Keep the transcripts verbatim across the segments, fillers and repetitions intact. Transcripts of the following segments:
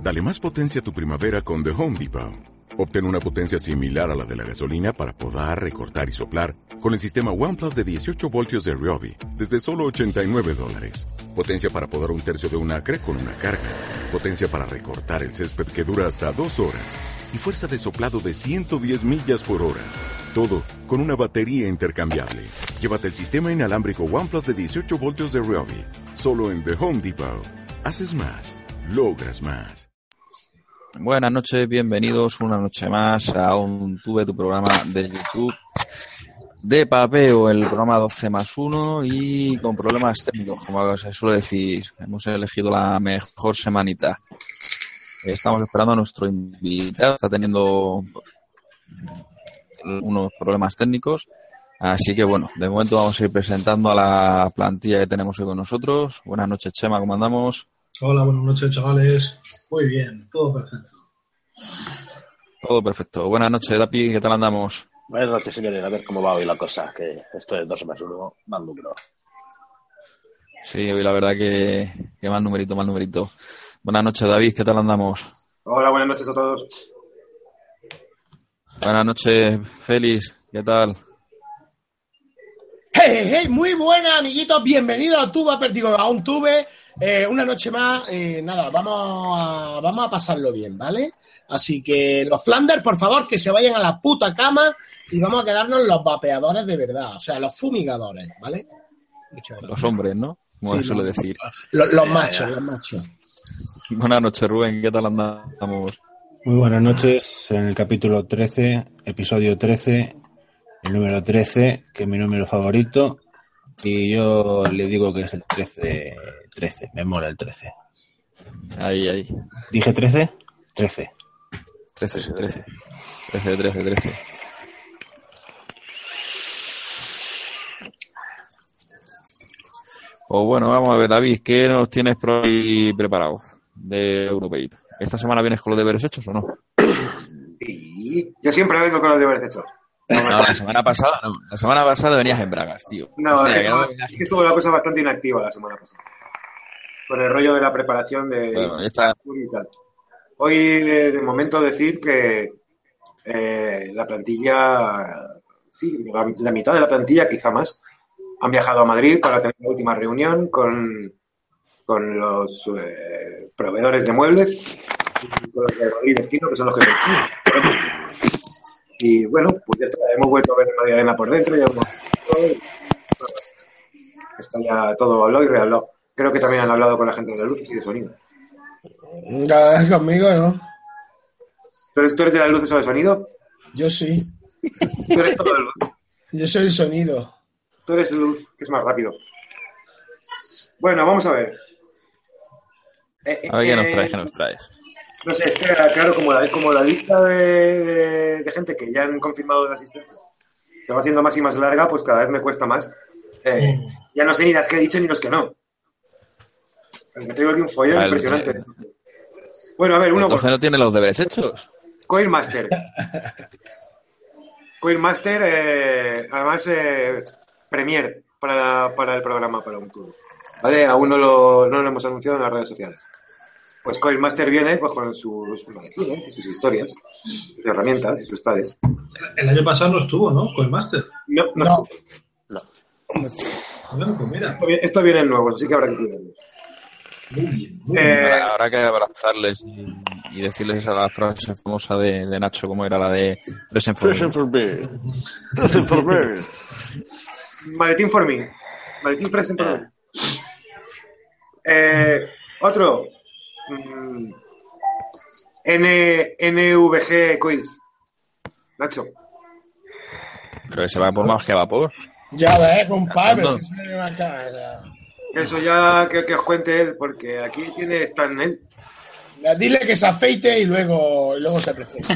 Dale más potencia a tu primavera con The Home Depot. Obtén una potencia similar a la de la gasolina para podar, recortar y soplar con el sistema OnePlus de dieciocho voltios de Ryobi desde solo ochenta y nueve dólares. Potencia para podar un tercio de un acre con una carga. Potencia para recortar el césped que dura hasta dos horas. Y fuerza de soplado de ciento diez millas por hora. Todo con una batería intercambiable. Llévate el sistema inalámbrico OnePlus de dieciocho voltios de Ryobi. Solo en The Home Depot. Haces más. Logras más. Buenas noches, bienvenidos una noche más a un Tuve, tu programa de YouTube de papeo, el programa doce más uno y con problemas técnicos, como se suele decir. Hemos elegido la mejor semanita. Estamos esperando a nuestro invitado, está teniendo unos problemas técnicos, así que bueno, de momento vamos a ir presentando a la plantilla que tenemos hoy con nosotros. Buenas noches, Chema, ¿cómo andamos? Hola, buenas noches, chavales. Muy bien, todo perfecto. Todo perfecto. Buenas noches, Dapi, ¿qué tal andamos? Buenas noches, señores. A ver cómo va hoy la cosa, que esto es dos más uno, más número. Sí, hoy la verdad que, que más numerito, más numerito. Buenas noches, David, ¿qué tal andamos? Hola, buenas noches a todos. Buenas noches, Félix, ¿qué tal? Hey, hey, hey, muy buenas, amiguitos. Bienvenidos a Tuve, digo, a un Tuve. Eh, una noche más, eh, nada, vamos a, vamos a pasarlo bien, ¿vale? Así que los Flanders, por favor, que se vayan a la puta cama y vamos a quedarnos los vapeadores de verdad, o sea, los fumigadores, ¿vale? Los hombres, ¿no? Como sí, se suele los, decir. Los, los machos, los machos. Buenas noches, Rubén, ¿qué tal andamos? Muy buenas noches, en el capítulo trece, episodio trece, el número trece, que es mi número favorito, y yo le digo que es el trece, trece, me mola el trece. Ahí, ahí. ¿Dije trece? trece. trece, trece. trece, trece, trece. Pues bueno, vamos a ver, David, ¿qué nos tienes por ahí preparado de Europe? ¿Esta semana vienes con los deberes hechos o no? Sí, yo siempre vengo con los deberes hechos. No, no, la semana pasada no. La semana pasada venías en bragas, tío. No, o sea, es, que que, no es que estuvo la cosa bastante inactiva la semana pasada. Con el rollo de la preparación de... Bueno, esta... y tal. Hoy, de momento, decir que eh, la plantilla, sí, la, la mitad de la plantilla, quizá más, han viajado a Madrid para tener la última reunión con, con los eh, proveedores de muebles, con los de Madrid Destino, que son los que... Y bueno, pues ya está, hemos vuelto a ver Madrid Arena por dentro, ya hemos... Está ya todo hablado y rehablado. Creo que también han hablado con la gente de las luces y de sonido. Ya, conmigo, ¿no? ¿Tú eres, ¿Tú eres de las luces o de sonido? Yo sí. Tú eres todo el luz. Yo soy el sonido. Tú eres luz, que es más rápido. Bueno, vamos a ver. Eh, a ver qué eh, nos traes, qué nos traes. No sé, es que, claro, como la, como la lista de, de, de gente que ya han confirmado la asistencia se va haciendo más y más larga, pues cada vez me cuesta más. Eh, mm. Ya no sé ni las que he dicho ni los que no. Me traigo aquí un follón ah, impresionante. El... Bueno, a ver, uno... Entonces por... no tiene los deberes hechos. Coilmaster. Coilmaster, eh, además, eh, Premier para, para el programa, para un tour. ¿Vale? Aún no lo, no lo hemos anunciado en las redes sociales. Pues Coilmaster viene pues, con sus maletines y sus historias, sus herramientas y sus tales. El año pasado no estuvo, ¿no? Coilmaster. No, no. No. no. Bueno, pues mira. Esto, esto viene en nuevo, así que habrá que cuidarlo. Muy bien, muy bien. Eh, habrá, habrá que abrazarles y, y decirles esa la frase famosa de, de Nacho, como era la de Present for me. Present for me. Maletín for me. Maletín present for me. Eh, otro. Mm, N, N V G Coils. Nacho. Creo que se va por más que vapor. Ya ves, compadre. No. Eso ya que, que os cuente él, porque aquí tiene está en él. Dile que se afeite y luego, luego se presente.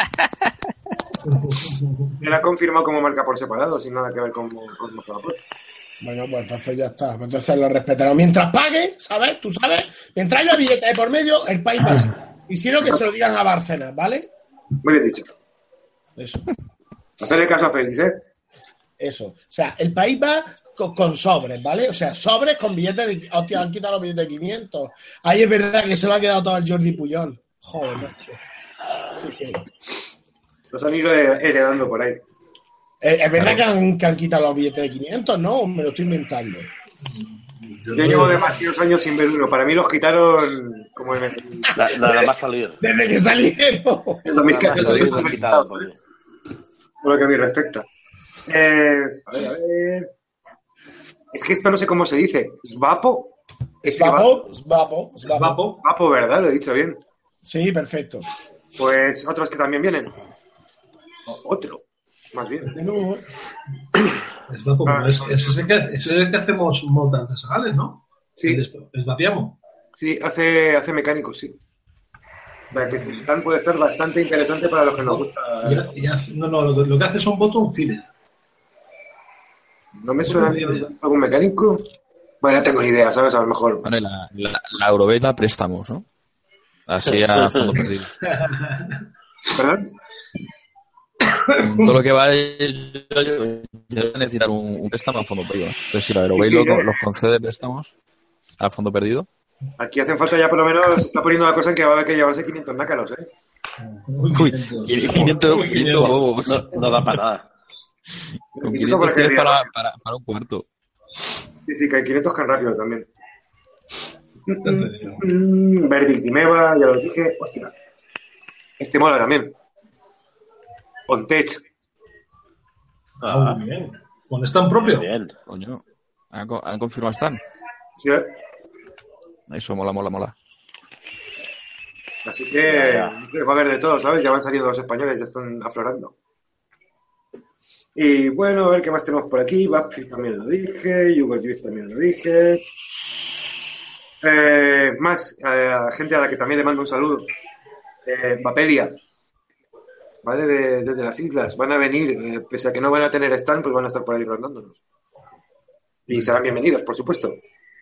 Él ha confirmado como marca por separado, sin nada que ver con, con marca vapor. Bueno, pues entonces ya está. Entonces lo respetarán. Mientras pague, ¿sabes? Tú sabes. Mientras haya billete de por medio, el país va a... Y si no, que se lo digan a Bárcenas, ¿vale? Muy bien dicho. Eso. Hacerle caso a Félix, ¿eh? Eso. O sea, el país va con, con sobres, ¿vale? O sea, sobres con billetes de... Hostia, han quitado los billetes de quinientos. Ahí es verdad que se lo ha quedado todo el Jordi Puyol. Joder, macho. Así que... Los han ido heredando por ahí. Eh, es verdad que han, que han quitado los billetes de quinientos, ¿no? ¿O me lo estoy inventando? Yo llevo demasiados años sin ver uno. Para mí los quitaron como en el... Nada la más salir. Desde que salieron. En dos mil catorce Lo han quitado, coño. por lo que a mí respecta. Eh, a ver, a ver... Es que esto no sé cómo se dice. ¿Svapo? Svapo, Svapo, Svapo. Svapo, ¿verdad? Lo he dicho bien. Sí, perfecto. Pues otros que también vienen. O- Otro, más bien. De nuevo. Svapo, pero es, es, ese que, ese es el que hacemos montas de sagales, ¿no? Sí, Esvapiamos. sí, hace, hace mecánicos, sí. O sea, que si están puede estar bastante interesante para los que nos gusta. Ya, ya, no, no, lo, que- lo que hace son bottom filler. ¿No me suena bien algún mecánico? Bueno, no tengo ni idea, ¿sabes? A lo mejor. Bueno, y la, la, la Eurobeta préstamos, ¿no? Así a fondo perdido. ¿Perdón? Todo lo que va es, yo, yo, yo voy a necesitar un, un préstamo a fondo perdido. Entonces, si la Eurobeta Sí, sí, lo- eh. los concede préstamos a fondo perdido, Aquí hacen falta ya por lo menos, se está poniendo la cosa en que va a haber que llevarse quinientos nácaros, ¿eh? Uy, quinientos, quinientos bobos. No, no da para nada. Con quinientos quinientos para que tienes para, ría. para, para un cuarto. Sí, sí, que hay quinientos can rápido también. Mm, Verdict y Meva, ya lo dije. Hostia. Este mola también. Ontech. Ah, muy bien. Con stand propio. Bien. Coño, ¿han, co- han confirmado están? Sí, ¿eh? Eso mola, mola, mola. Así que va a haber de todo, ¿sabes? Ya van saliendo los españoles, ya están aflorando. Y bueno, a ver qué más tenemos por aquí. Backfield también lo dije, Hugo Juice también lo dije. Eh, más, eh, gente a la que también le mando un saludo. Eh, Vapelia, ¿vale? De- desde las islas. Van a venir, eh, pese a que no van a tener stand, pues van a estar por ahí rondándonos. Y serán bienvenidos, por supuesto.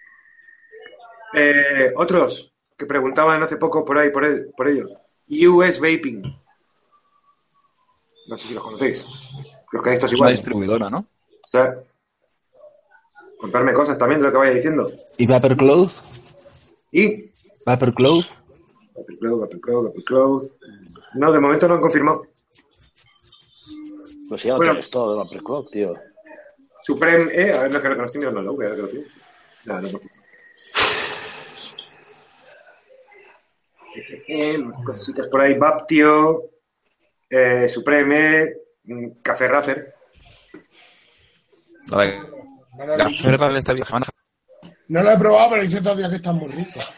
Eh, otros que preguntaban hace poco por ahí, por, él, por ellos. U S Vaping. No sé si los conocéis. Creo que esto es Es una igual. distribuidora, ¿no? O sea, contarme cosas también de lo que vaya diciendo. ¿Y Vapor Cloud? Y ¿Vapor Cloud? Apple Cloud, Apple Cloud, Apple Cloud. No, de momento no han confirmado. Pues ya lo Bueno. tienes todo de la Preclock, tío. Supreme, eh, a ver, no, que no estoy mirando la V, a ver que lo tiene. Nada, no, no. Eh, eh, más cositas por ahí. Baptio, eh, Supreme, mm, Café Racer. La de No, no, la no, Ferrari de esta vieja. no lo he probado, pero dice todavía que están muy ricos.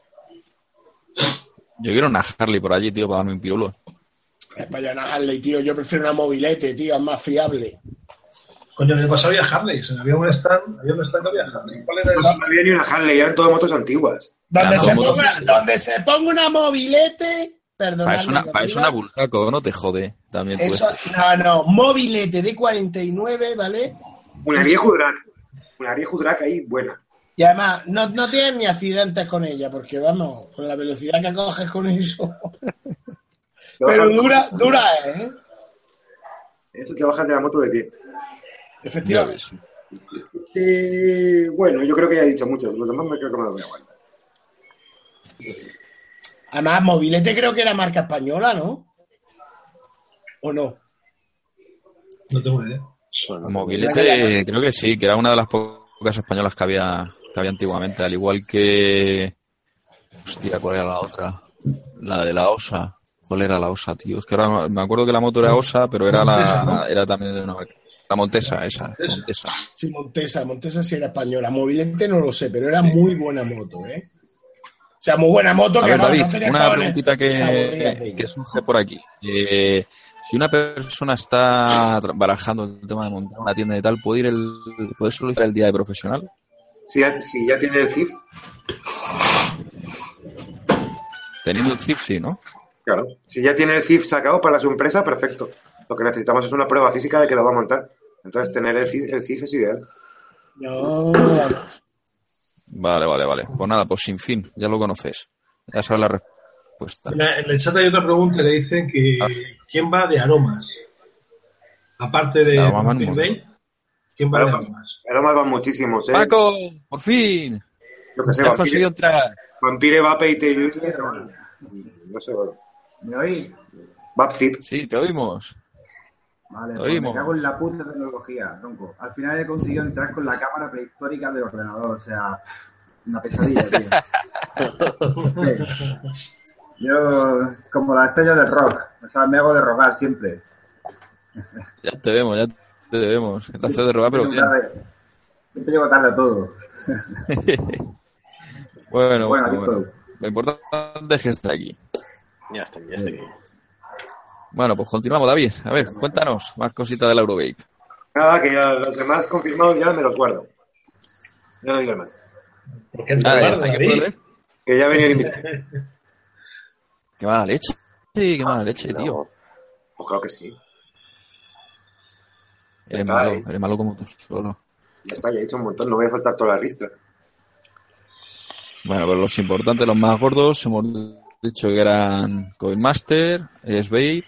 Yo quiero una Harley por allí, tío, para darme un pirulo. Es para allá una Harley, tío. Yo prefiero una mobilete, tío. Es más fiable. Coño, el año pasado había Harley. Había un stand, había un stand que había Harley. ¿Cuál era No, ese? no había ni una Harley, eran todas motos antiguas. Donde, Ya, se, no, ponga, motos- donde se ponga una mobilete... Perdón. Para eso una, para eso una Bultaco, no te jode. También tú Eso, esto. no, no. Mobilete de cuarenta y nueve, ¿vale? Una vieja drag. Una vieja drag ahí buena. Y además, no, no tienes ni accidentes con ella, porque vamos, con la velocidad que coges con eso. Pero dura, dura, ¿eh? Eso que bajas de la moto de pie. Ya Efectivamente. ves. Y bueno, yo creo que ya he dicho mucho. Los demás me creo que me lo voy a guardar. Además, Mobilete creo que era marca española, ¿no? ¿O no? No tengo ni idea. Bueno, Mobilete, creo que sí, que era una de las pocas españolas que había, que había antiguamente, al igual que... Hostia, ¿cuál era la otra? La de la Osa. ¿Cuál era la Osa, tío? Es que ahora no- me acuerdo que la moto era Osa, pero era Montesa, ¿no? la era también de una marca. La Montesa, esa, Montesa. Montesa. Sí, Montesa. Montesa sí era española. Mobilete no lo sé, pero era muy buena moto, ¿eh? O sea, muy buena moto. A que ver, vamos, David, no tenía una cojones. preguntita Aburridas de que, ella. que surge por aquí. Eh, si una persona está tra- barajando el tema de montar una tienda y tal, ¿puede ir el, puede solicitar el día de profesional? Si ya, si ya tiene el C I F, Teniendo el C I F, sí, ¿no? claro. Si ya tiene el C I F sacado para su empresa, perfecto. Lo que necesitamos es una prueba física de que lo va a montar. Entonces, tener el C I F, el C I F es ideal. No, Vale, vale, vale. Pues nada, pues sin fin, ya lo conoces. Ya sabes la respuesta. En, la- en el chat hay otra pregunta que le dicen que Ah. ¿quién va de aromas? Aparte de La mamá Phil no. Bay, ¿Quién va a leer más? Aromas van muchísimos, ¿eh? Paco, por fin. Yo que sé, Has conseguido entrar. Vampire, Vape y Teyuti. No sé, bueno. ¿Me oís? Vapfip. Sí, te oímos. Vale, Te pues oímos. me cago en la puta tecnología, tronco. Al final he conseguido entrar con la cámara prehistórica del ordenador, o sea, una pesadilla, tío. Yo, como la estrella del rock, o sea, me hago de rogar siempre. Ya te vemos, ya te vemos. Te haces de robar, pero bien. Siempre llego tarde a todo. Bueno, Bueno, aquí bueno. estoy. Lo importante es que está aquí. Ya está, ya está aquí. Bueno, pues continuamos, David. A ver, cuéntanos más cositas del Eurovape. Nada, que ya los demás confirmados ya me los guardo. Ya no digo más. ¿Por qué te Ah, ya guardas, está aquí, David? ¿puedo Que ya venía el invitado. Qué mala leche. Sí, qué mala leche, tío. Pues claro que sí. Eres Está malo, ahí. eres malo como tú solo. Ya está, ya he hecho un montón. No voy a faltar toda la ristra. Bueno, pues los importantes, los más gordos, hemos dicho que eran Coinmaster, S-Vape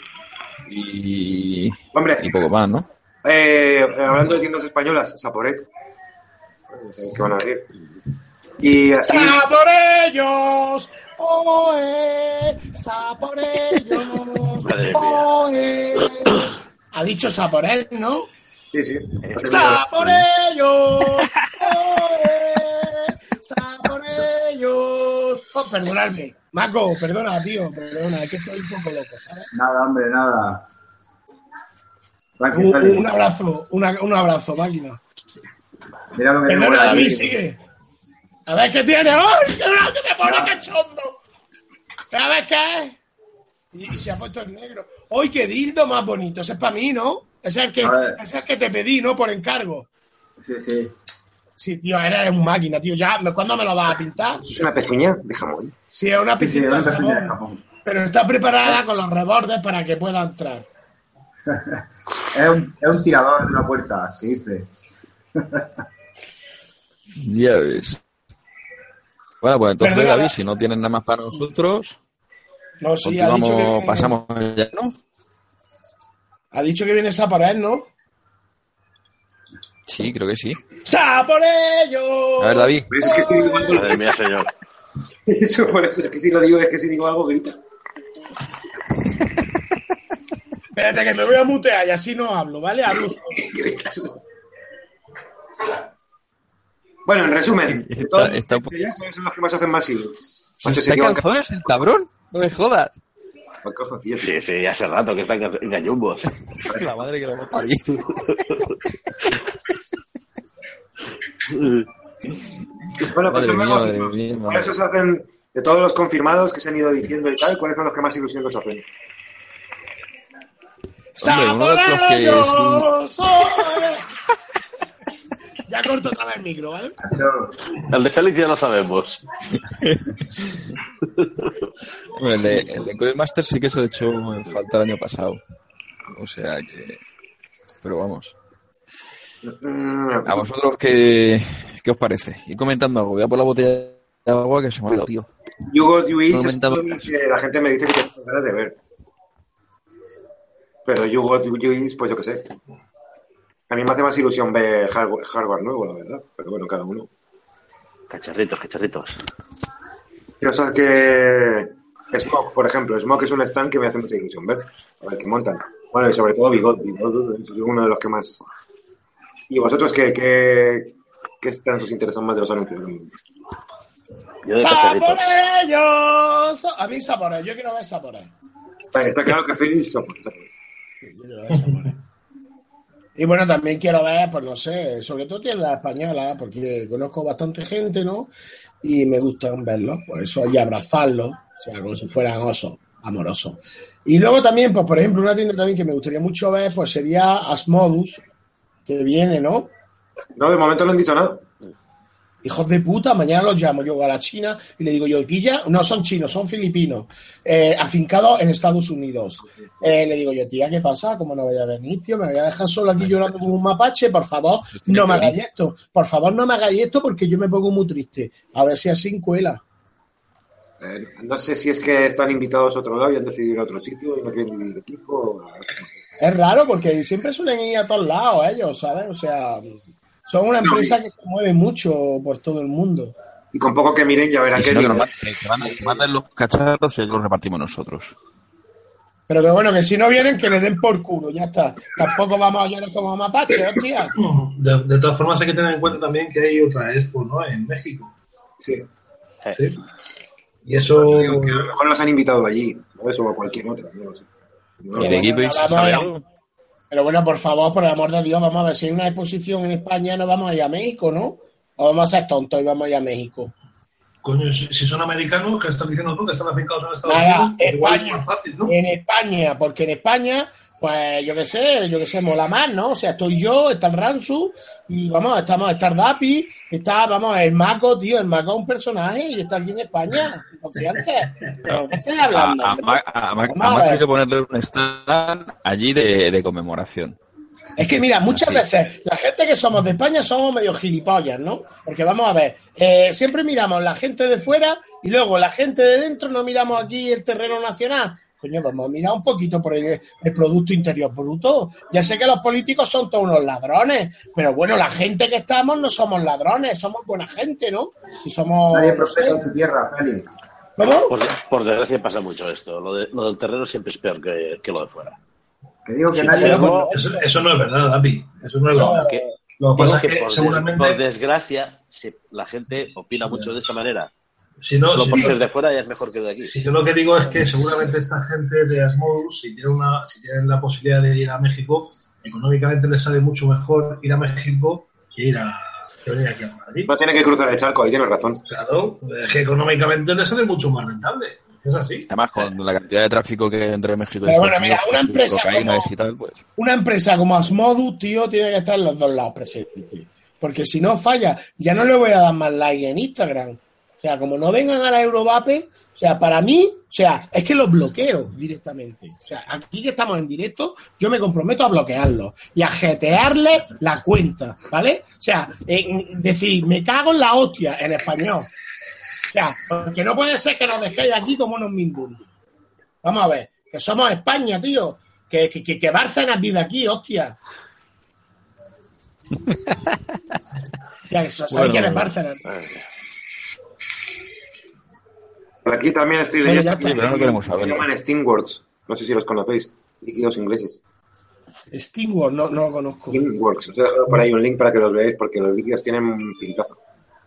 y, Hombre, y poco más, ¿no? eh, hablando de tiendas españolas, Saporet. No sé qué van a decir. Y así. ¡Saporellos! ¡Oe! ¡Saporellos! Madre mía. ¡Oe! Ha dicho Saporel, ¿no? Sí, sí. ¡Saporellos! ¡Oe! ¡Saporellos! Oh, perdonadme. Maco, perdona, tío. Perdona, es que estoy un poco loco, ¿sabes? Nada, hombre, nada. Tranqui, Un, tranqui. un abrazo, una- un abrazo, máquina. Mira lo que tengo Perdona, por aquí. David, sigue. A ver qué tiene. ¡Ay, qué bravo que me pone cachondo! A ver qué es. Y, y se ha puesto el negro. ¡Ay, qué dildo más bonito! Ese es para mí, ¿no? Ese es el que, A ver. ese es el que te pedí, ¿no? Por encargo. Sí, sí. Sí, tío, eres un máquina, tío. Ya, ¿cuándo me lo vas a pintar? ¿Es una pezuña de jamón? Sí, es una Sí, sí, piscina una de pezuña de jabón, Japón. pero está preparada con los rebordes para que pueda entrar. Es un, es un tirador de una puerta, ¿qué dices? Ya ves. Bueno, pues entonces, Perdona, David, si no tienes nada más para nosotros, No, sí, ha dicho continuamos, que, pasamos ya, ¿no? ha dicho que viene Saporel, ¿no? Sí, creo que sí. ¡Saporello! A ver, David. ¿Ves? Es que si digo algo, Madre mía, señor. eso, por eso, es que si lo digo, es que si digo algo, grita. Espérate que me voy a mutear y así no hablo, ¿vale? Hablo solo. Bueno, en resumen, de Está- todos los está- que ya, ¿cuáles son los que más hacen masivos? ¿Se está calzones el cabrón? No me jodas. Sí, sí, hace rato que están en gallumbos. La madre que lo va a parir. Bueno, pues Madre son mía, los madre máximos. mía, ¿Cuáles os hacen, de todos los confirmados que se han ido diciendo y tal, cuáles son los que más ilusión os hacen? Hombre, uno de los que ¡Saporellos! Ya corto otra vez el micro, ¿vale? El de Félix ya lo sabemos. Bueno, el de, el de Codemaster sí que se lo echó en falta el año pasado. O sea que... Pero vamos. Mm, ¿A vosotros qué, qué os parece? Ir comentando algo. Voy a por la botella de agua que se me ha olvidado, tío. You Got You Is es Comentando- uno que la gente me dice que tengo ganas de ver. Pero You Got You Is, pues yo qué sé. A mí me hace más ilusión ver hardware, hardware nuevo, la verdad. Pero bueno, cada uno. Cacharritos, cacharritos. Yo sé que Smoke, por ejemplo, Smoke es un stand que me hace mucha ilusión ver. A ver qué montan. Bueno, y sobre todo Bigot. Bigot es uno de los que más... ¿Y vosotros qué, qué, qué stands os interesan más de los anuncios? Yo de cacharritos. ¡Saporellos! A mí Saporel, yo quiero ver Saporel. Vale, está claro que Félix soporta. Sí, yo quiero ver Saporel. Y bueno, también quiero ver, pues no sé, sobre todo tiendas españolas, porque conozco bastante gente, ¿no? Y me gustan verlos, pues eso, y abrazarlos, o sea, como si fueran osos, amorosos. Y luego también, pues por ejemplo, una tienda también que me gustaría mucho ver, pues sería Asmodus, que viene, ¿no? No, de momento no han dicho nada. Hijos de puta, mañana los llamo yo a la China y le digo yo, Guilla, no son chinos, son filipinos, eh, afincados en Estados Unidos. Eh, le digo yo, tía, ¿qué pasa? ¿Cómo no voy a venir, tío? ¿Me voy a dejar solo aquí llorando como un mapache? Por favor, no me hagáis esto. Por favor, no me hagáis esto porque yo me pongo muy triste. A ver si así cuela. Eh, no sé si es que están invitados a otro lado y han decidido ir a otro sitio y no quieren dividir equipo. Es raro porque siempre suelen ir a todos lados ellos, ¿sabes? O sea, son una empresa que se mueve mucho por todo el mundo. Y con poco que miren ya verán Y que... si no, que nos manden, que manden- que manden los cacharros y los repartimos nosotros. Pero que bueno, que si no vienen, que le den por culo, ya está. Tampoco vamos a llorar como mapaches, hostia. De, de todas formas, hay que tener en cuenta también que hay otra expo, ¿no? En México. Sí. ¿Sí? Y eso... Digo que a lo mejor los han invitado allí, ¿no? Eso o a cualquier otra, no lo sé. No, ¿Y de equipo y se hablamos sabe de- algo? Pero bueno, por favor, por el amor de Dios, vamos a ver si hay una exposición en España, no vamos a ir a México, ¿no? O vamos a ser tontos y vamos a ir a México. Coño, si si son americanos, ¿qué estás diciendo tú? Que están afincados en Estados Nada, Unidos. Pues igual es España. más fácil, ¿no? En España, porque en España, pues yo qué sé, yo qué sé, mola más, ¿no? O sea, estoy yo, está el Ransu, y vamos, estamos, está el Dapi, está, vamos, el Maco, tío, el Maco es un personaje y está aquí en España, consciente. ¿Pero qué estoy A, hablando? a, hombre? Ma- a, Ma- a Vamos a Marco ver. hay que ponerle un stand allí de, de conmemoración. Es que mira, muchas Así. veces la gente que somos de España somos medio gilipollas, ¿no? Porque vamos a ver, eh, siempre miramos la gente de fuera y luego la gente de dentro no miramos aquí el terreno nacional. Coño, vamos a mirar un poquito por el, el Producto Interior Bruto. Ya sé que los políticos son todos unos ladrones, pero bueno, la gente que estamos no somos ladrones, somos buena gente, ¿no? Y somos... Nadie no sé. prospera en su tierra, Félix. ¿Cómo? Por, de- por desgracia pasa mucho esto. Lo, de- lo del terreno siempre es peor que, que lo de fuera. Que digo que Sí, nadie... pero no- Eso, eso no es verdad, Dapi. Eso no es No, verdad. Que, Lo que digo pasa que es que por, des- seguramente... por desgracia se- la gente opina mucho de esa manera. Si no, Solo si por yo- ser de fuera ya es mejor que de aquí. Si yo lo que digo es que seguramente esta gente de Asmodus, si tienen, una, si tienen la posibilidad de ir a México, económicamente les sale mucho mejor ir a México que ir a, que venir aquí a Madrid. No tiene que cruzar el charco, ahí tienes razón. Claro, es que económicamente les sale mucho más rentable. Es así. Además, con la cantidad de tráfico que hay entre México y Pero Estados bueno, mira, Unidos, una pues, empresa cocaína como- y tal, pues... Una empresa como Asmodus, tío, tiene que estar en los dos lados presentes. Porque si no falla, ya no le voy a dar más like en Instagram. O sea, como no vengan a la Eurovape, o sea, para mí, o sea, es que los bloqueo directamente. O sea, aquí que estamos en directo, yo me comprometo a bloquearlos y a jetearles la cuenta, ¿vale? O sea, en decir, me cago en la hostia en español. O sea, porque no puede ser que nos dejéis aquí como unos mindundi. Vamos a ver, que somos España, tío. Que, que, que, que Bárcenas vive aquí, hostia. Ya, eso, ¿sabes Bueno, quién es bueno. Bárcenas? Por aquí también estoy Bueno, leyendo... ya está. Sí, pero no queremos Se saberlo. llaman Steamworks. No sé si los conocéis. Líquidos ingleses. Steamworld, no, no lo conozco. Steamworks. Os he dejado por ahí un link para que los veáis porque los líquidos tienen un pintazo.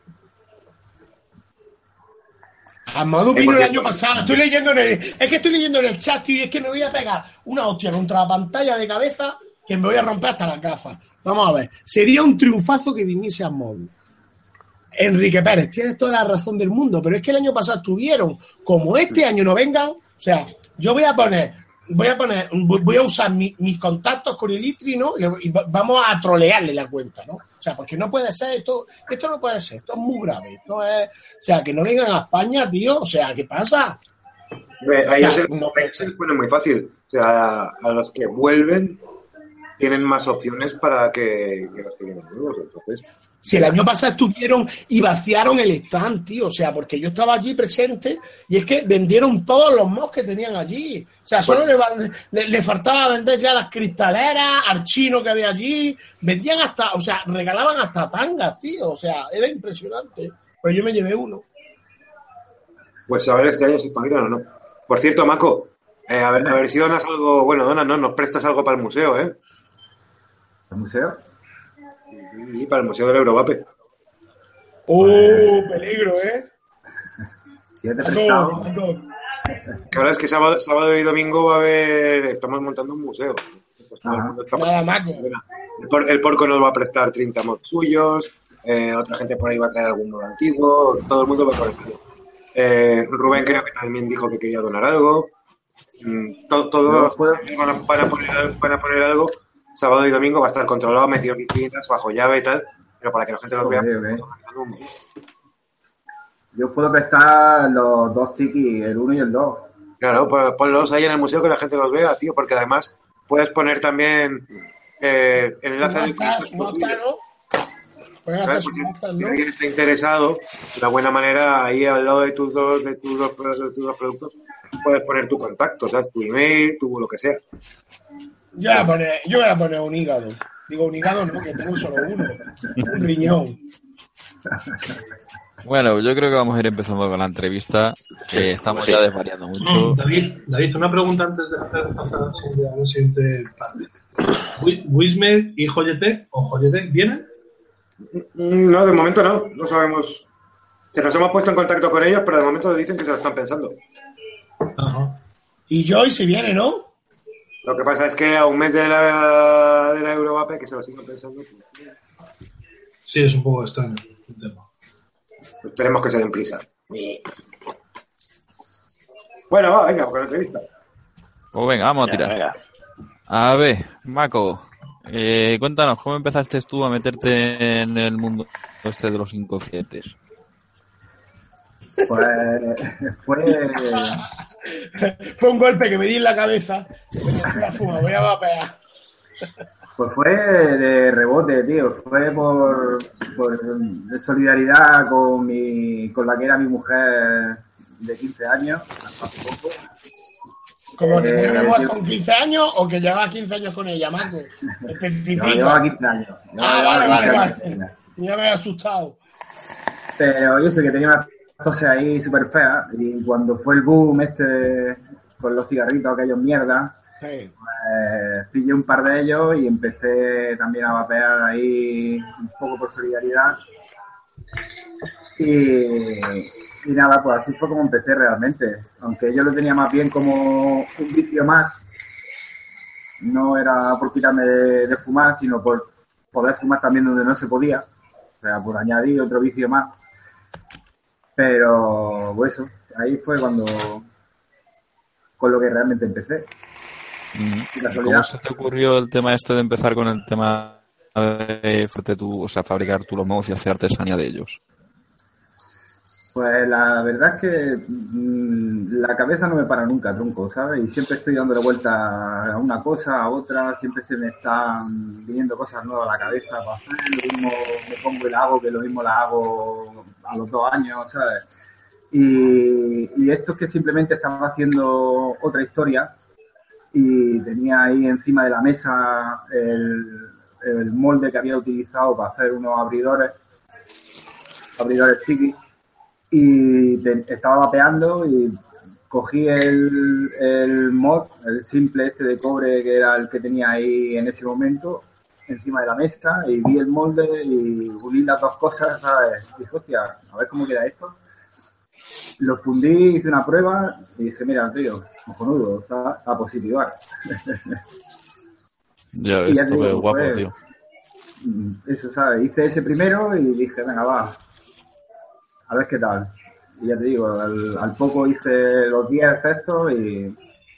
Amado Eh, vino porque- el año pasado. Estoy leyendo en el, es que estoy leyendo en el chat, tío, y es que me voy a pegar una hostia contra la pantalla de cabeza que me voy a romper hasta las gafas. Vamos a ver. Sería un triunfazo que viniese a modo. Enrique Pérez, tienes toda la razón del mundo, pero es que el año pasado estuvieron, como este año no vengan, o sea, yo voy a poner, voy a poner, voy a usar mi- mis contactos con el Itri, ¿no? Y le- y va- vamos a trolearle la cuenta, ¿no? O sea, porque no puede ser esto, esto no puede ser, esto es muy grave, esto es, o sea, que no vengan a España, tío, o sea, ¿qué pasa? Hombre, A ellos Ya, se no se les pone muy fácil. O sea, a los que vuelven tienen más opciones para que, que los que vienen nuevos. Entonces, Si el año pasado estuvieron y vaciaron el stand, tío, o sea, porque yo estaba allí presente y es que vendieron todos los mos que tenían allí. O sea, solo le, va- le, le faltaba vender ya las cristaleras, al chino que había allí, vendían hasta, o sea, regalaban hasta tangas, tío, o sea, era impresionante. Pero yo me llevé uno. pues a ver este año si espabilan o no. Por cierto, Mako, eh, a, ver, a ver si donas algo, bueno, donas, no, nos prestas algo para el museo, ¿eh? ¿El museo? Y para el museo del Eurovape. ¡Oh, peligro, eh! Si ya te he prestado... No, no. Que ahora es que sábado, sábado y domingo va a haber, estamos montando un museo. Pues todo el mundo está- Nada, Maco. El, por- el Porco nos va a prestar treinta mods suyos, eh, otra gente por ahí va a traer algún mod antiguo, todo el mundo va a poner algo. Eh, Rubén creo que también dijo que quería donar algo. Mm, to- todos van a, van a poner, van a poner algo. Sábado y domingo va a estar controlado, metido en piscinas, bajo llave y tal, pero para que la gente lo vea. Ok, ok. Yo puedo prestar los dos tiki, el uno y el dos. Claro, pues ponlos ahí en el museo que la gente los vea, tío, porque además puedes poner también eh, el enlace del Subasta, subasta, ¿no? Pueden hacer ¿sabes? Porque subastas, si ¿no? alguien está interesado, de la buena manera, ahí al lado de tus dos, de tus dos, de tus dos productos, puedes poner tu contacto, ¿sabes? Tu email, tu lo que sea. Yo voy a poner, yo voy a poner un hígado. Digo un hígado, no, que tengo solo uno. Un riñón. Bueno, yo creo que vamos a ir empezando con la entrevista, que Sí, estamos sí. ya desvariando mucho. David, David, una pregunta antes de pasar a la siguiente- a la siguiente parte. Wi- ¿Wismer y Joyetec o Joyetec vienen? Mm, No, de momento no, no sabemos. Se nos hemos puesto en contacto con ellos, pero de momento dicen que se lo están pensando. Ajá. Y Joy si viene, ¿no? Lo que pasa es que a un mes de la, de la Eurovape, que se lo siguen pensando, pues, Sí, es un poco extraño el tema. esperemos que se den prisa. Bueno, va, venga, con la entrevista. Pues venga, vamos a Venga, tirar. venga. A ver, Mako, eh, cuéntanos, ¿cómo empezaste tú a meterte en el mundo este de los inconscientes? Pues fue. Fue un golpe que me di en la cabeza. Voy a fumar, voy a vapear. Pues fue de rebote, tío. Fue por, por de solidaridad con mi, con la que era mi mujer de quince años, hace poco. ¿Como te Eh, ponemos yo- con quince años o que llevabas quince años con ella, Marco? No, Especifica. llevaba quince años. Yo Ah, llevaba vale, vale, quince vale. años. Ya me he asustado. Pero yo sé que tenía una tose ahí súper fea y cuando fue el boom este con los cigarritos, aquellos mierdas, Sí. pues pillé un par de ellos y empecé también a vapear ahí un poco por solidaridad. Y, y nada, pues así fue como empecé realmente. Aunque yo lo tenía más bien como un vicio más. No era por quitarme de, de fumar, sino por poder fumar también donde no se podía. O sea, por añadir otro vicio más. Pero, pues eso, ahí fue cuando, con lo que realmente empecé. Mm. Y la ¿Y soledad. ¿Cómo se te ocurrió el tema este de empezar con el tema de hacerte tú, o sea, fabricar tú los momos y hacer artesanía de ellos? Pues la verdad es que mmm, la cabeza no me para nunca, tronco, ¿sabes? Y siempre estoy dándole vuelta a una cosa, a otra, siempre se me están viniendo cosas nuevas a la cabeza para hacer, lo mismo me pongo y la hago, que lo mismo la hago a los dos años, ¿sabes? Y, y esto es que simplemente estaba haciendo otra historia y tenía ahí encima de la mesa el, el molde que había utilizado para hacer unos abridores, abridores chiquis. Y te, estaba vapeando y cogí el, el mod, el simple este de cobre que era el que tenía ahí en ese momento, encima de la mesa, y vi el molde y uní las dos cosas, ¿sabes? Y dije, hostia, a ver cómo queda esto. Lo fundí, hice una prueba y dije, mira, tío, cojonudo, está a positivar. Ya Y ves, ya te todo digo, guapo, pues, tío. Eso, ¿sabes? Hice ese primero y dije, venga, va, a ver qué tal. Y ya te digo, al, al poco hice los diez efectos y,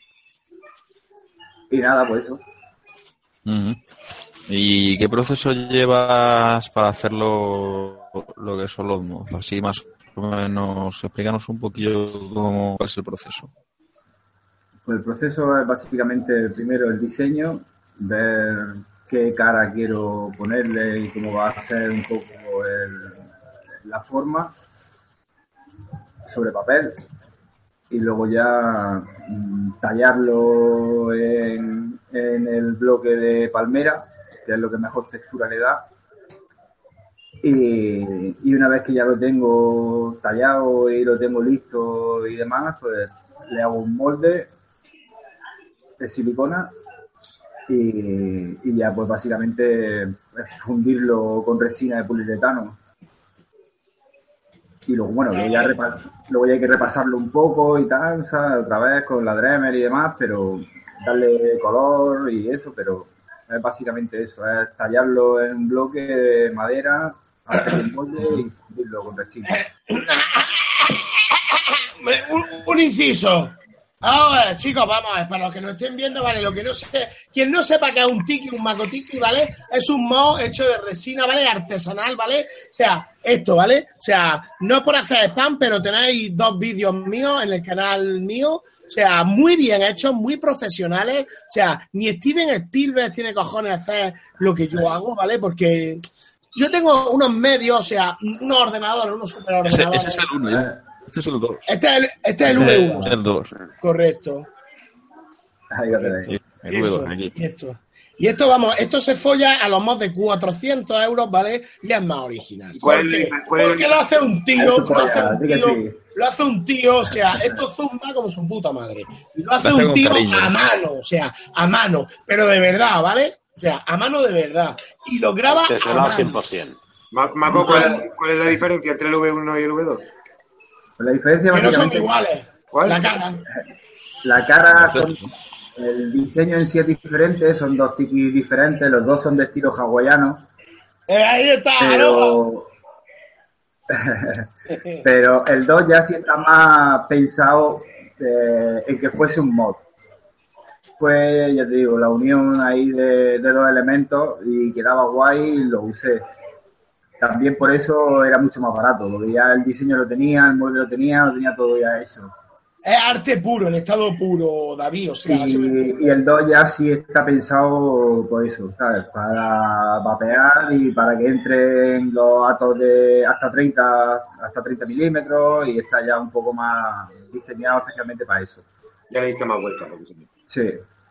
y nada, pues eso. Ujú. ¿Y qué proceso llevas para hacerlo lo que son los mods? Así más o menos, explícanos un poquillo cómo es el proceso. Pues el proceso es básicamente primero el diseño, ver qué cara quiero ponerle y cómo va a ser un poco el, la forma sobre papel. Y luego ya mm, tallarlo en, en el bloque de palmera, que es lo que mejor textura le da. Y, y una vez que ya lo tengo tallado y lo tengo listo y demás, pues le hago un molde de silicona y, y ya pues básicamente es fundirlo con resina de poliuretano. Y luego, bueno, luego ya, repa- luego ya hay que repasarlo un poco y tal, ¿sabes? Otra vez con la Dremel y demás, pero darle color y eso, pero es básicamente eso, es tallarlo en un bloque de madera, hacer un molde y fundirlo con resina. Un, un inciso. A ver, chicos, vamos a ver, para los que nos estén viendo, ¿vale? Lo que no sé, quien no sepa que es un tiki, un maco tiki, ¿vale? Es un mod hecho de resina, ¿vale? Artesanal, ¿vale? O sea, esto, ¿vale? O sea, no es por hacer spam, pero tenéis dos vídeos míos en el canal mío, o sea, muy bien hechos, muy profesionales, o sea, ni Steven Spielberg tiene cojones de hacer lo que yo hago, ¿vale? Porque yo tengo unos medios, o sea, unos ordenadores, unos Ese, superordenadores. ese es el uno, ya. Este es el dos. Este es el, este es el Este V uno. es el dos. Correcto. Ahí lo tenéis. Sí, el Eso, V dos aquí. y esto. Y esto, vamos, esto se folla a los mods de cuatrocientos euros, ¿vale? Y es más original. ¿Cuál ¿Por es- qué? cuál es- Porque lo hace un tío, Eso lo folla, hace un di que tío, sí. lo hace un tío, o sea, esto zumba como su puta madre. Y lo hace Lo hace un con tío cariño. a mano, o sea, a mano, pero de verdad, ¿vale? O sea, a mano de verdad. Y lo graba a Obsesionado mano. cien por ciento. Ma- Maco, ¿cuál, ¿cuál es la diferencia entre el V uno y el V dos? Pues la diferencia Que no son básicamente, iguales. ¿Cuál? La cara. la cara, son, el diseño en sí es diferente, son dos tikis diferentes, los dos son de estilo hawaiano, Eh, ahí está, aloha. pero pero el dos ya sí está más pensado eh, en que fuese un mod. Pues ya te digo, la unión ahí de, de dos elementos y quedaba guay y lo usé. También por eso era mucho más barato, porque ya el diseño lo tenía, el molde lo tenía, lo tenía todo ya hecho. Es arte puro, en estado puro, David. O sea, se me- Y, y el dos ya sí está pensado por eso, ¿sabes? Para vapear y para que entren los atos de hasta treinta, hasta treinta milímetros y está ya un poco más diseñado especialmente para eso. Ya le diste más vueltas. Lo que se me- Sí.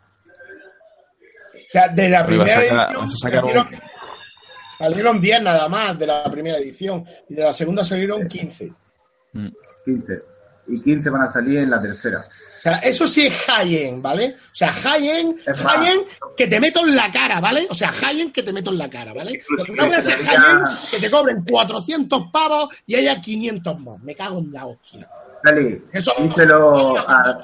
O sea, de la Pero iba a primera sacar- edición vas a sacar un- salieron, salieron diez nada más de la primera edición y de la segunda salieron quince. quince. Y quince van a salir en la tercera. O sea, eso sí es high-end, ¿vale? O sea, high-end, Es más. high-end que te meto en la cara, ¿vale? O sea, high-end que te meto en la cara, ¿vale? Lo que no voy a ser Ya- high-end que te cobren cuatrocientos pavos y haya quinientos más. Me cago en la hostia. Feli, Eso- díselo a,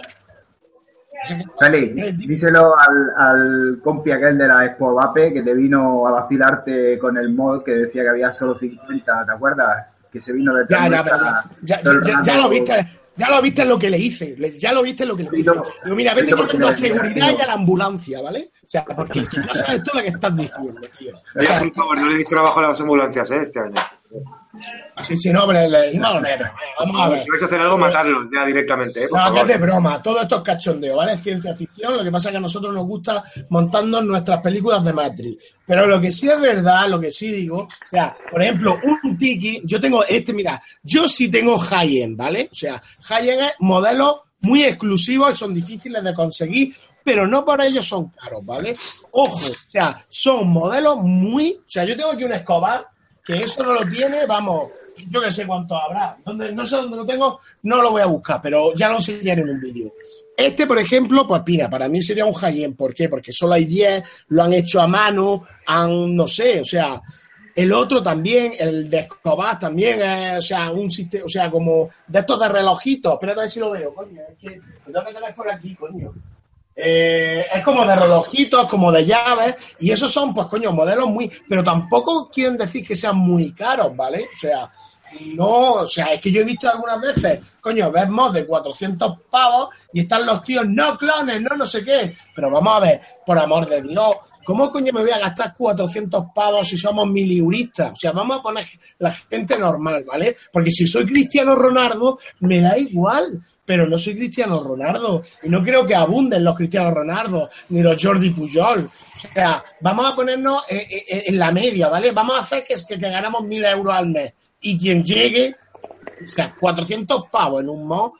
Feli, díselo al, al compi aquel de la Expo Vape que te vino a vacilarte con el mod que decía que había solo cincuenta, ¿te acuerdas? Que se vino de Ya, ya, pero ya, ya, ya- ya lo viste, ya lo viste en lo que le hice, le- ya lo viste en lo que le hice. Digo, mira, vete llamando a seguridad y a la ambulancia, ¿vale? O sea, porque no sabes tú lo que estás diciendo, tío. O Oye, sea, por favor, no le diste trabajo a las ambulancias, ¿eh? Este año. sí, sí, no, pero le- no, no, no, vamos a ver. Si vais a hacer algo, matarlos ya directamente, ¿eh? Por No, que favor. es de broma, todo esto es cachondeo, ¿vale? Es ciencia ficción, lo que pasa es que a nosotros nos gusta montarnos nuestras películas de Matrix. Pero lo que sí es verdad, lo que sí digo, o sea, por ejemplo, un tiki, yo tengo este, mira, yo sí tengo high-end, ¿vale? O sea, high-end es modelos muy exclusivos, son difíciles de conseguir, pero no por ello son caros, ¿vale? Ojo, o sea, son modelos muy, o sea, yo tengo aquí un Escobar, que eso no lo tiene, vamos, yo que sé cuánto habrá. Donde, no sé dónde lo tengo, no lo voy a buscar, pero ya lo enseñaré en un vídeo. Este, por ejemplo, pues mira, para mí sería un high-end. ¿Por qué? Porque solo hay diez, lo han hecho a mano, han, no sé, o sea, el otro también, el de Escobar también es, o sea, un sistema, o sea, como de estos de relojitos. Espérate a ver si lo veo, coño, es que, ¿dónde tenéis por aquí, coño? Eh, es como de relojitos, como de llaves, y esos son, pues, coño, modelos muy... Pero tampoco quieren decir que sean muy caros, ¿vale? O sea, no... O sea, es que yo he visto algunas veces, coño, ves mods de cuatrocientos pavos y están los tíos, no clones, no no sé qué. Pero vamos a ver, por amor de Dios, ¿cómo coño me voy a gastar cuatrocientos pavos si somos miliuristas? O sea, vamos a poner la gente normal, ¿vale? Porque si soy Cristiano Ronaldo, me da igual. Pero no soy Cristiano Ronaldo y no creo que abunden los Cristiano Ronaldo ni los Jordi Pujol. O sea, vamos a ponernos en, en, en la media, ¿vale? Vamos a hacer que, que, que ganamos mil euros al mes y quien llegue, o sea, cuatrocientos pavos en un mod,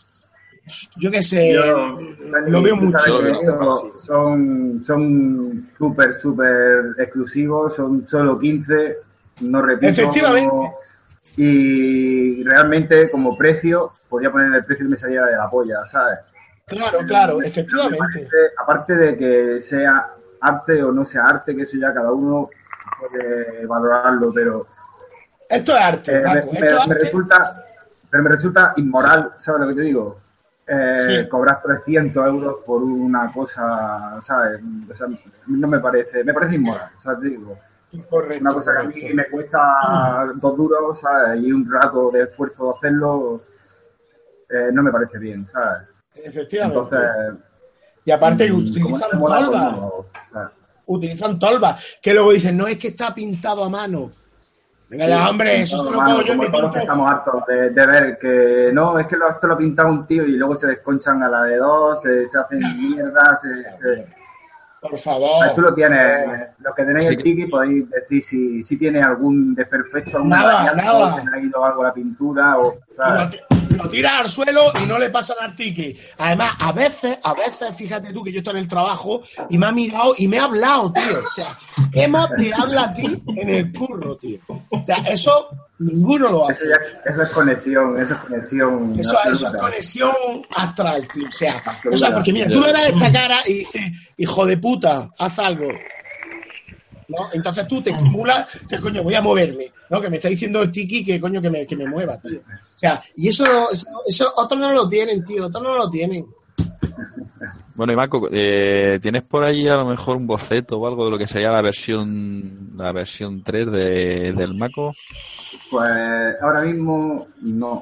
yo qué sé, Yo, lo veo tú mucho. sabes ¿no? que estos son son súper, súper exclusivos, son solo quince, no repito. Efectivamente. no- y realmente, como precio, podría poner el precio que me saliera de la polla, ¿sabes? Claro, claro, Me efectivamente. parece, aparte de que sea arte o no sea arte, que eso ya cada uno puede valorarlo, pero Esto es arte, eh, me, Paco, me- esto es me arte. resulta pero me resulta inmoral, ¿sabes lo que te digo? Eh, Sí. Cobrar trescientos euros por una cosa, ¿sabes? O sea, no me parece, me parece inmoral, ¿sabes? Te digo, Correcto, una cosa que a mí correcto. me cuesta dos duros, ¿sabes? Y un rato de esfuerzo de hacerlo, eh, no me parece bien, ¿sabes? Efectivamente. Entonces, Y aparte que mm, utilizan como se mola, pues tolva. no, ¿sabes? Utilizan tolva. Que luego dicen, no, es que está pintado a mano. Venga ya, hombre, eso se lo Mano, pago yo en como mi todos los que pinto. estamos hartos de, de ver que no, es que lo- esto lo ha pintado un tío y luego se desconchan a la de dos, se, se hacen mierda, se, se- Por favor. Ah, tú lo tienes, los que tenéis Sí. el tiki podéis decir si, si tiene algún desperfecto, algún Nada, variante, nada. o se le ha ido algo a la pintura, o Lo, lo tiras al suelo y no le pasan al tiki. Además, a veces, a veces, fíjate tú que yo estoy en el trabajo y me ha mirado y me ha hablado, tío. O sea, hemos te habla a ti en el curro, tío. O sea, eso ninguno lo hace. Eso, ya, eso es conexión, eso es conexión. Eso, eso es conexión astral, tío. O sea, o sea, porque mira, tú le das esta cara y dices, hijo de puta, haz algo. ¿No? Entonces tú te estimulas, te coño, voy a moverme, ¿no? Que me está diciendo el tiki que coño que me, que me mueva, tío. O sea, y eso, eso, eso otros no lo tienen, tío, otros no lo tienen. Bueno, y Marco, eh, ¿tienes por ahí a lo mejor un boceto o algo de lo que sería la versión la versión tres de, del Mako? Pues ahora mismo no.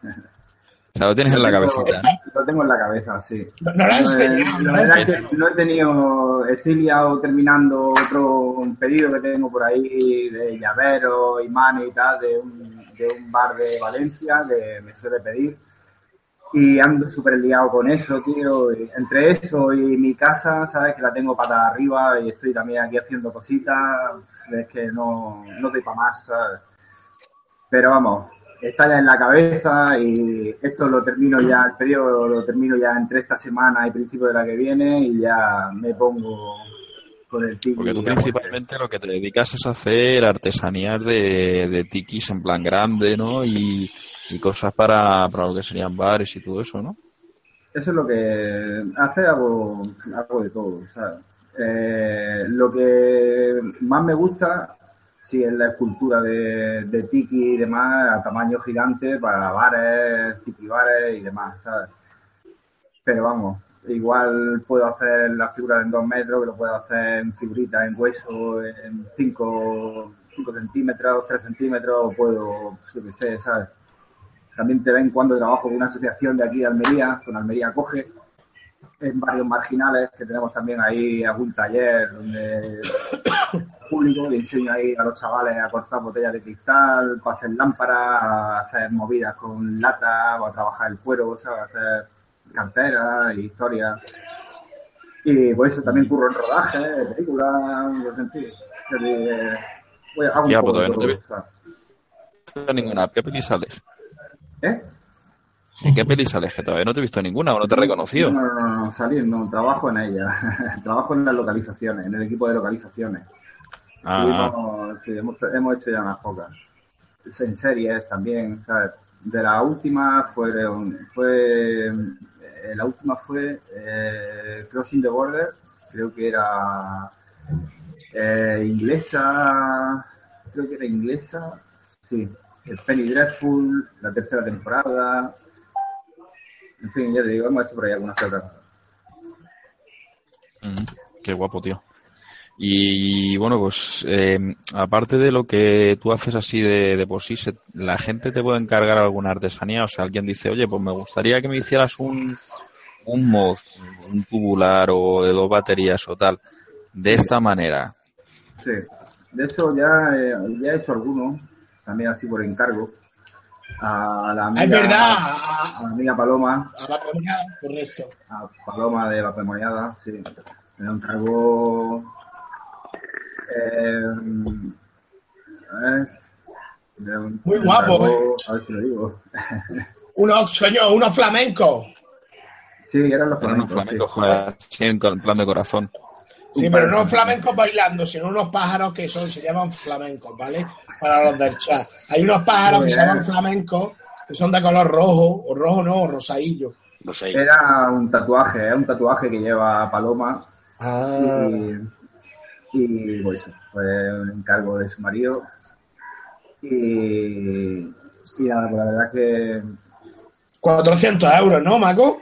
O sea, lo tienes en la cabecita, ¿no? Lo tengo en la cabeza, sí. No, no lo he enseñado. La verdad es que no he tenido, estoy liado terminando otro pedido que tengo por ahí de llavero, imanes y tal, de un, de un bar de Valencia que me suele pedir. Y ando súper liado con eso, tío. Y entre eso y mi casa, ¿sabes? Que la tengo patada arriba y estoy también aquí haciendo cositas. Es que no, no doy para más, ¿sabes? Pero vamos, está ya en la cabeza y esto lo termino ya, el periodo lo termino ya entre esta semana y principio de la que viene y ya me pongo con el tiki. Porque tú principalmente lo que te dedicas es a hacer artesanías de, de tikis en plan grande, ¿no? Y, y cosas para, para lo que serían bares y todo eso, ¿no? Eso es lo que hace, hago, hago de todo, ¿sabes? Eh, lo que más me gusta sí es la escultura de, de tiki y demás a tamaño gigante para bares, tiki bares y demás, ¿sabes? Pero vamos, igual puedo hacer las figuras en dos metros, que lo puedo hacer en figuritas, en hueso, en cinco, cinco centímetros, tres centímetros, puedo, yo qué sé, ¿sabes? También de vez en cuando trabajo con una asociación de aquí de Almería, con Almería Coge, en barrios marginales, que tenemos también ahí algún taller donde público y enseño ahí a los chavales a cortar botellas de cristal, a hacer lámparas, a hacer movidas con lata, o a trabajar el cuero, ¿sabes? A hacer canteras y historias. Y por eso también curro en rodaje, películas, en fin. Voy a, hago Hostia, un poco pues de no te todo, he ninguna. ¿Qué peli sales? ¿Eh? ¿En qué peli sales? Que todavía no te he visto ninguna o no te he reconocido. No, no, no, no, salir, no, trabajo en ella. Trabajo en las localizaciones, en el equipo de localizaciones. Ah. Hemos, sí, hemos, hemos hecho ya unas pocas. En series también, ¿sabes? De la última fue, fue eh, la última fue eh, Crossing the Border, creo que era eh, inglesa, creo que era inglesa, sí, el Penny Dreadful, la tercera temporada, en fin, ya te digo, hemos hecho por ahí algunas cosas. Mm, qué guapo, tío. Y bueno, pues eh, aparte de lo que tú haces así de, de por sí, se, ¿la gente te puede encargar alguna artesanía? O sea, alguien dice, oye, pues me gustaría que me hicieras un, un mod, un tubular o de dos baterías o tal, de esta manera. Sí, de hecho ya, eh, ya he hecho algunos, también así por encargo. A la amiga, es verdad, a, a la amiga Paloma. A la Paloma, correcto. A Paloma de la Pemoniada, sí. Me encargó. Eh, a ver, un, muy guapo, encargó, ¿eh? A ver si lo digo. Unos, coño, unos flamencos. Sí, eran los flamencos. Unos flamencos, sí. joder, sí, en plan de corazón. Sí, pero no flamencos bailando, sino unos pájaros que son, se llaman flamencos, ¿vale? Para los del chat. Hay unos pájaros que se llaman flamencos, que son de color rojo, o rojo no, o rosadillo. No sé. Era un tatuaje, es un tatuaje que lleva Paloma. Ah. Y, y pues fue un encargo de su marido. Y, y nada, pues la verdad que... cuatrocientos euros, ¿no, Maco?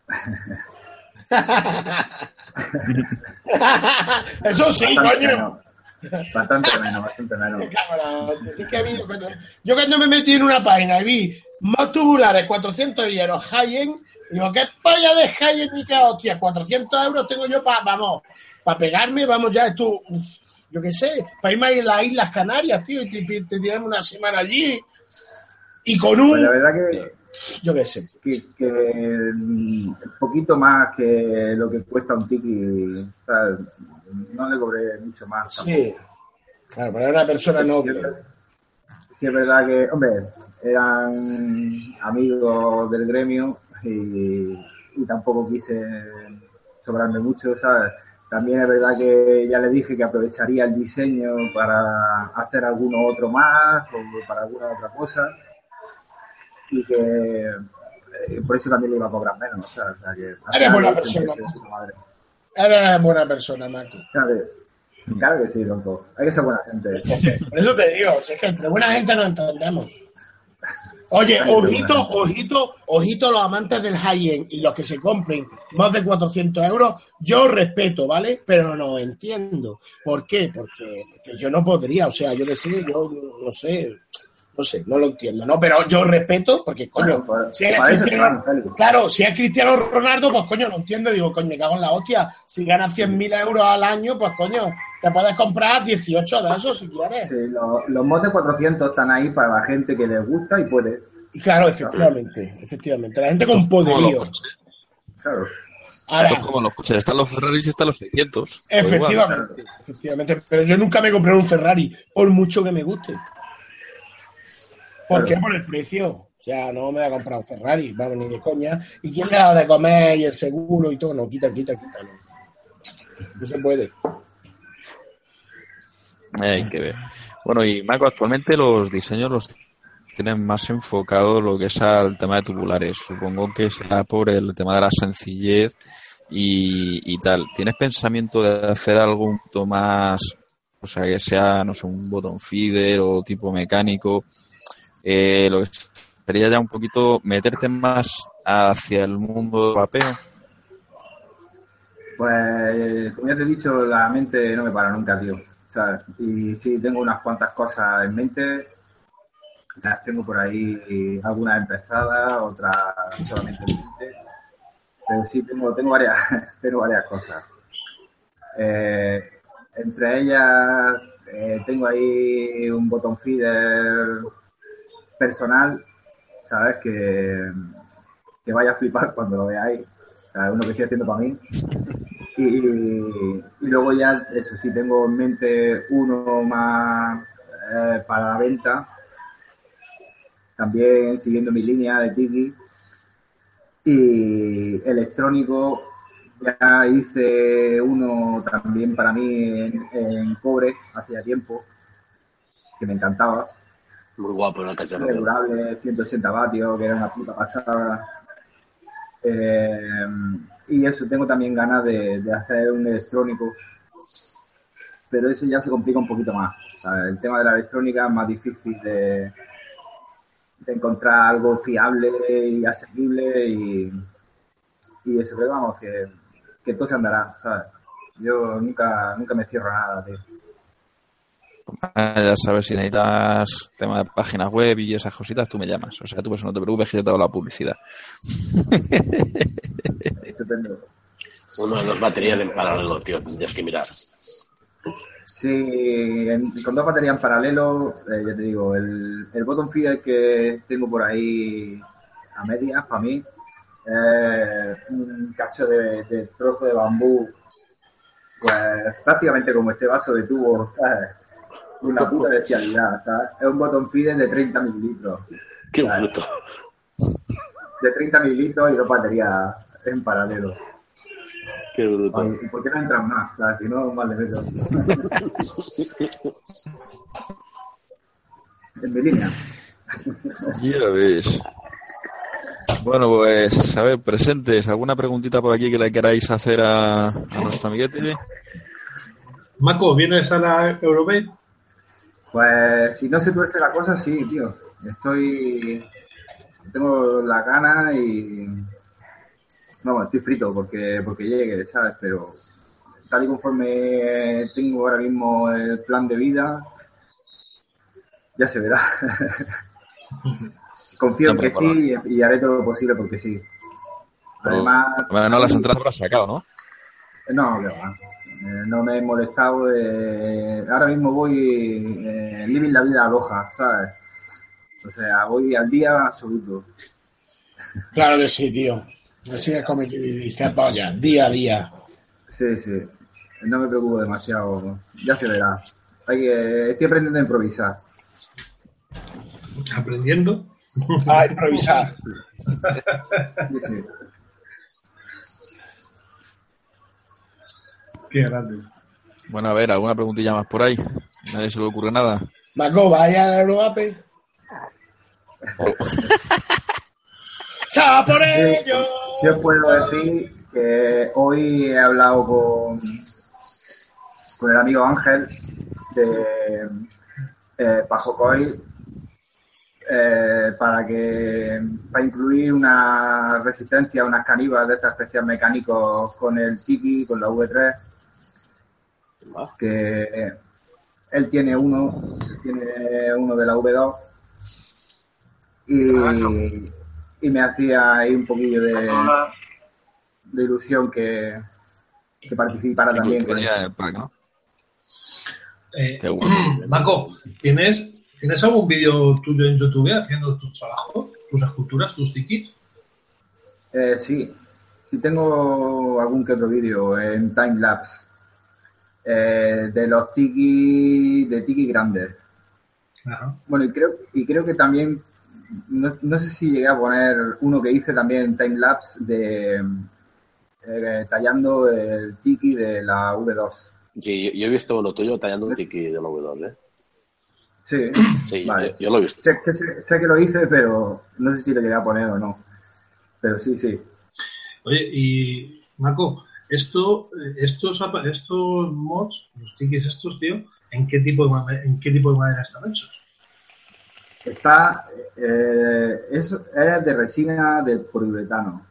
Eso sí, bastante coño. Menos, bastante menos, bastante menos. Es que vi, yo cuando me metí en una página y vi más tubulares, cuatrocientos euros, high-end, digo, ¿qué polla de high-end ni qué hostia? cuatrocientos euros tengo yo para, vamos, para pegarme, vamos ya, esto, uf, yo qué sé, para irme a las Islas Canarias, tío, y te, te tirarme una semana allí, y con un... Pues la verdad que... Yo qué sé. Que, que un poquito más que lo que cuesta un tiki, ¿sabes? No le cobré mucho más. Sí, claro, para una persona noble. Sí, sí, es verdad que, hombre, eran amigos del gremio y, y tampoco quise sobrarme mucho, ¿sabes? También es verdad que ya le dije que aprovecharía el diseño para hacer alguno otro más o para alguna otra cosa y que eh, por eso también le iba a cobrar menos, ¿sabes? O sea, que eres buena persona. Eres buena persona, Marco. Claro, claro que sí, tronco. Hay que ser buena gente. Por eso te digo, si es que entre buena gente nos entendemos. Oye, ojito, ojito, ojito los amantes del high-end y los que se compren más de cuatrocientos euros, yo os respeto, ¿vale? Pero no entiendo. ¿Por qué? Porque, porque yo no podría, o sea, yo le sé, yo no sé, no sé, no lo entiendo, ¿no? Pero yo respeto porque, coño, Bueno, si es Cristiano, claro, si es Cristiano Ronaldo, pues, coño, lo entiendo, digo, coño, me cago en la hostia. Si ganas cien mil euros al año, pues, coño, te puedes comprar dieciocho de esos si quieres. Sí, los, los mods de cuatrocientos están ahí para la gente que les gusta y puede. Y claro, efectivamente, efectivamente. La gente con poderío. Claro. Ahora, esto es como los coches. Están los Ferraris y están los seiscientos. Efectivamente, igual, efectivamente. Pero yo nunca me compré un Ferrari, por mucho que me guste. ¿Por claro. qué? Por el precio. O sea, no me voy a comprar un Ferrari, vamos, ni de coña. ¿Y quién le da de comer y el seguro y todo? No, quita, quita, quita. No, no se puede. Hay que ver. Bueno, y Marco, actualmente los diseños los tienen más enfocado lo que es al tema de tubulares. Supongo que será por el tema de la sencillez y, y tal. ¿Tienes pensamiento de hacer algo un poquito más, o sea, que sea, no sé, un botón feeder o tipo mecánico? Eh, lo que sería ya un poquito meterte más hacia el mundo del vapeo. Pues, como ya te he dicho, la mente no me para nunca, tío. ¿Sabes? Y sí, tengo unas cuantas cosas en mente. Las tengo por ahí, algunas empezadas, otras solamente en mente. Pero sí, tengo, tengo, varias, tengo varias cosas. Eh, entre ellas, eh, tengo ahí un botón feeder personal, ¿sabes? Que, que vaya a flipar cuando lo veáis. O sea, uno que estoy haciendo para mí. Y, y, y luego ya, eso sí, tengo en mente uno más eh, para la venta. También siguiendo mi línea de Tiki. Y electrónico, ya hice uno también para mí en, en cobre, hacía tiempo, que me encantaba. Muy guapo, ¿no? Cacharro. Durable, ciento ochenta vatios, que era una puta pasada. Eh, y eso, tengo también ganas de, de hacer un electrónico, pero eso ya se complica un poquito más. ¿Sabes? El tema de la electrónica es más difícil de... de encontrar algo fiable y asequible y, y eso, pero vamos, que, que todo se andará, ¿sabes? Yo nunca nunca me cierro a nada, tío. Ah, ya sabes, si necesitas tema de páginas web y esas cositas, tú me llamas. O sea, tú pues no te preocupes que yo te hago la publicidad. Estupendo. Uno de dos baterías en paralelo, tío, tendrías que mirar. Sí, en, con dos baterías en paralelo, eh, ya te digo, el, el bottom feeder que tengo por ahí a medias, para mí, eh, un cacho de, de trozo de bambú, pues prácticamente como este vaso de tubo, ¿sabes? Una puta bestialidad, ¿sabes? Es un bottom feeder de treinta mililitros. ¡Qué bruto! De treinta mililitros y dos baterías en paralelo. Qué bruto. Ay, ¿y por qué no entran más? ¿Sabes? Si no, mal de meto. En mi línea. Ya ves. Bueno, pues, a ver, presentes. ¿Alguna preguntita por aquí que le queráis hacer a, a nuestro amiguete? Maco, ¿vienes a la Eurobay? Pues, si no se tuerce la cosa, sí, tío. Estoy... Tengo la gana y... Vamos, estoy frito porque porque llegue, ¿sabes? Pero tal y conforme tengo ahora mismo el plan de vida, ya se verá. Confío en que sí y, y haré todo lo posible porque sí. Además... Bueno, no, las entradas habrás sacado, ¿no? No, que va. Eh, no me he molestado. Eh, ahora mismo voy eh, living la vida aloja, ¿sabes? O sea, voy al día absoluto. Claro que sí, tío. Así es como hay que vivir, vaya, día a día. Sí, sí. No me preocupo demasiado. Ya se verá. Hay que... Estoy aprendiendo a improvisar. Aprendiendo. A improvisar. Sí, sí. Qué grande. Bueno, a ver, ¿alguna preguntilla más por ahí? ¿Nadie se le ocurre nada? Maco, vaya al Eurovape. Oh. ¡Sa por ello! Yo puedo decir que hoy he hablado con, con el amigo Ángel de eh, Pajocoil eh, para que para incluir una resistencia, unas canibas de estas especiales mecánicos con el Tiki, con la V tres, que él tiene uno, tiene uno de la V dos y, y me hacía ahí un poquillo de, de ilusión que, que participara Sí, también que con venía él. en el pack, ¿no? Eh, Qué bueno. Marco, ¿tienes, ¿tienes algún vídeo tuyo en YouTube haciendo tus trabajos, tus esculturas, tus tickets? Eh, sí, sí tengo algún que otro vídeo en timelapse eh, de los tiki, de tiki grandes. Ajá. Bueno, y creo, y creo que también, no, no sé si llegué a poner uno que hice también en timelapse de eh, tallando el tiki de la V dos. Sí, yo, yo he visto lo tuyo tallando un tiki de la V dos, ¿eh? Sí, Sí, vale. yo, yo lo he visto. Sé, sé- sé- sé que lo hice, pero no sé si lo llegué a poner o no. Pero sí, sí. Oye, y Marco, esto, eh, estos, apa- estos mods, los tickets estos, tío, ¿en qué tipo de, ma- en qué tipo de madera están hechos? Está, eh, es, es de resina de poliuretano.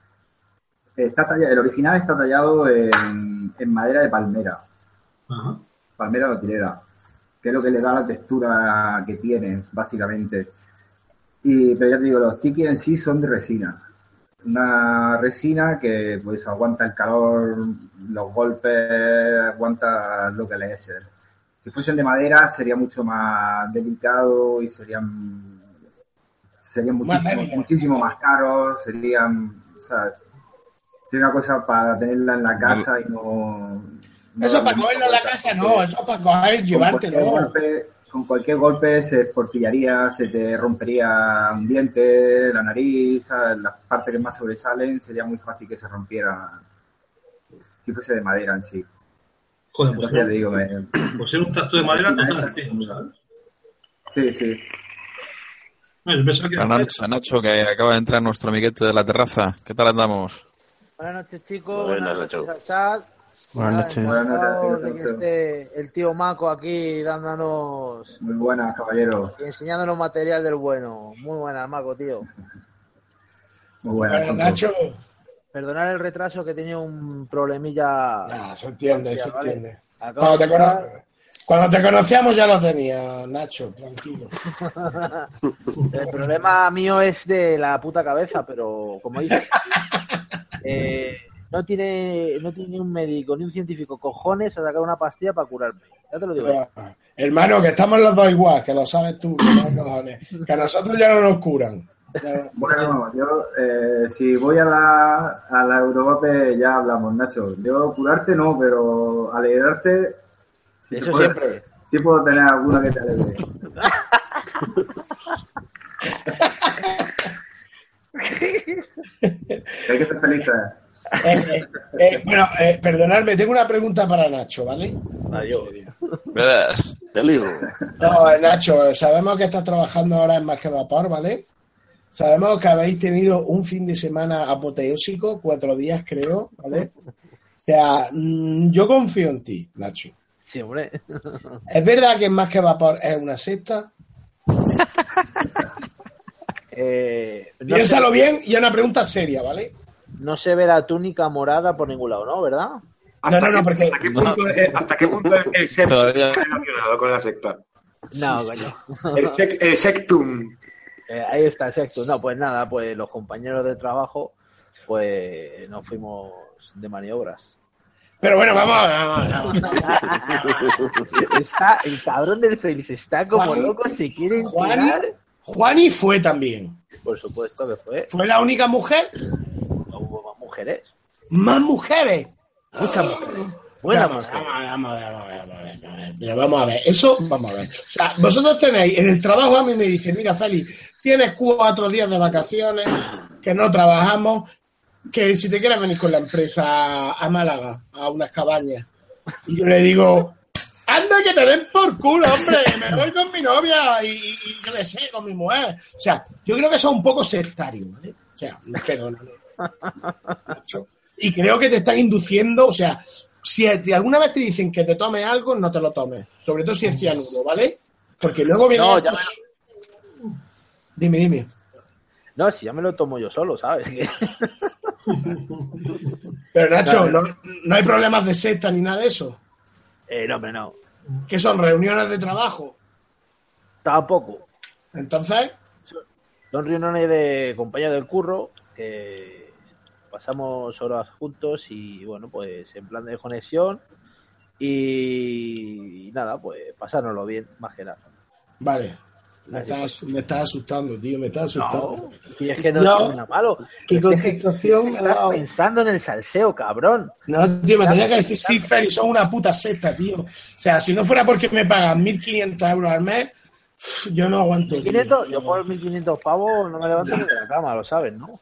Está talla- el original está tallado en, en madera de palmera, Ajá. palmera notilera, que es lo que le da la textura que tiene, básicamente. Y, pero ya te digo, los tiki en sí son de resina. Una resina que pues aguanta el calor, los golpes, aguanta lo que le eches. Si fuesen de madera sería mucho más delicado y serían serían Más muchísimo, débiles. muchísimo más caros, serían, ¿sabes? Sería una cosa para tenerla en la casa y no... no Eso para darle cogerlo en mucha la vuelta, casa porque no, eso para coger y con llevártelo. cualquier golpe, con cualquier golpe se esportillaría, se te rompería un diente, la nariz, ¿sabes? Las partes que más sobresalen sería muy fácil que se rompieran si fuese de madera en sí. Joder, pues, Entonces ya no, te digo, me- pues era un tacto de madera total, tío, ¿sabes? sí, sí. No, yo pensaba que A Nacho, a Nacho, que acaba de entrar nuestro amiguete de la terraza. ¿Qué tal andamos? Buenas noches, chicos. Buenas Buenas noches noches. al chat. Buenas Nada, noches. Buenas encantado noches, de que Nacho. esté el tío Maco aquí dándonos Muy buenas, caballero. y enseñándonos material del bueno. Muy buena, Maco, tío. Muy buenas. Bueno, tonto. Nacho, Perdonar el retraso, que tenía un problemilla. nah, se entiende, se ¿vale? entiende. Acabo Cuando de te, cono- entrar. cuando te conocíamos ya lo tenía, Nacho, tranquilo. El problema mío es de la puta cabeza, pero como dices, eh, no tiene no tiene ni un médico ni un científico cojones a sacar una pastilla para curarme. Ya te lo digo. Pero, hermano, que estamos los dos igual, que lo sabes tú, que, no, cojones, que a nosotros ya no nos curan. Ya- Bueno, yo, eh, si voy a la, a la Eurovape ya hablamos, Nacho. Yo curarte no, pero alegrarte... si Eso te puedes- siempre. Sí puedo tener alguna que te alegre. Hay que ser felices. Eh, eh, eh, bueno, eh, perdonadme, tengo una pregunta para Nacho, ¿vale? Adiós. Verás. Peligro. No, eh, Nacho, sabemos que estás trabajando ahora en Más que Vapor, ¿vale? Sabemos que habéis tenido un fin de semana apoteósico, cuatro días creo, ¿vale? O sea, mm, yo confío en ti, Nacho. Sí, hombre. ¿Es verdad que Más que Vapor es una secta? Eh, no, Piénsalo se, bien y es una pregunta seria, ¿vale? no se ve la túnica morada por ningún lado, ¿no? ¿Verdad? ¿Hasta, no, no, qué, porque- ¿hasta qué punto, es, ¿Hasta qué punto es el sectum Todavía- relacionado con la secta? No, coño. El, sec- el sectum. Eh, ahí está, exacto. No, pues nada, pues los compañeros de trabajo, pues nos fuimos de maniobras. Pero bueno, vamos, vamos, vamos. Está, el cabrón del Félix está como Juani- loco, se quiere Juani, enterar. Juani fue también. Por supuesto que fue. ¿Fue la única mujer? No hubo más mujeres. ¿Más mujeres? Muchas mujeres. Buena vamos, mujer. vamos, vamos, a ver, vamos, a ver, vamos, a ver, vamos a ver. Mira, vamos a ver, eso, vamos a ver. O sea, vosotros tenéis, en el trabajo a mí me dicen, mira, Félix, tienes cuatro días de vacaciones, que no trabajamos, que si te quieres venir con la empresa a Málaga, a unas cabañas. Y yo le digo, anda que te den por culo, hombre, me voy con mi novia y, y, y yo qué sé, con mi mujer. O sea, yo creo que eso es un poco sectario, ¿vale? O sea, me perdóname. Y creo que te están induciendo, o sea, si alguna vez te dicen que te tomes algo, no te lo tomes. Sobre todo si es cianuro, ¿vale? Porque luego viene... No, estos... me... Dime, dime. No, si ya me lo tomo yo solo, ¿sabes? Pero Nacho, Claro. no, no hay problemas de secta ni nada de eso. Eh, no, hombre, no. ¿Qué son? ¿Reuniones de trabajo? Tampoco. Entonces... Son reuniones de compañeros del curro que pasamos horas juntos y, bueno, pues en plan de conexión y, y nada, pues pasárnoslo bien, más que nada. Vale. Me estás, me estás asustando, tío, me estás asustando. Y es que no, No. es nada malo. ¿Qué Es que contestación me ha estás dado? pensando en el salseo, cabrón. No, tío, me tenía que decir, sí, Félix, son una puta secta, tío. O sea, si no fuera porque me pagan mil quinientos euros al mes, yo no aguanto. mil quinientos, yo por mil quinientos pavos no me levanto ni de la cama, lo sabes, ¿no?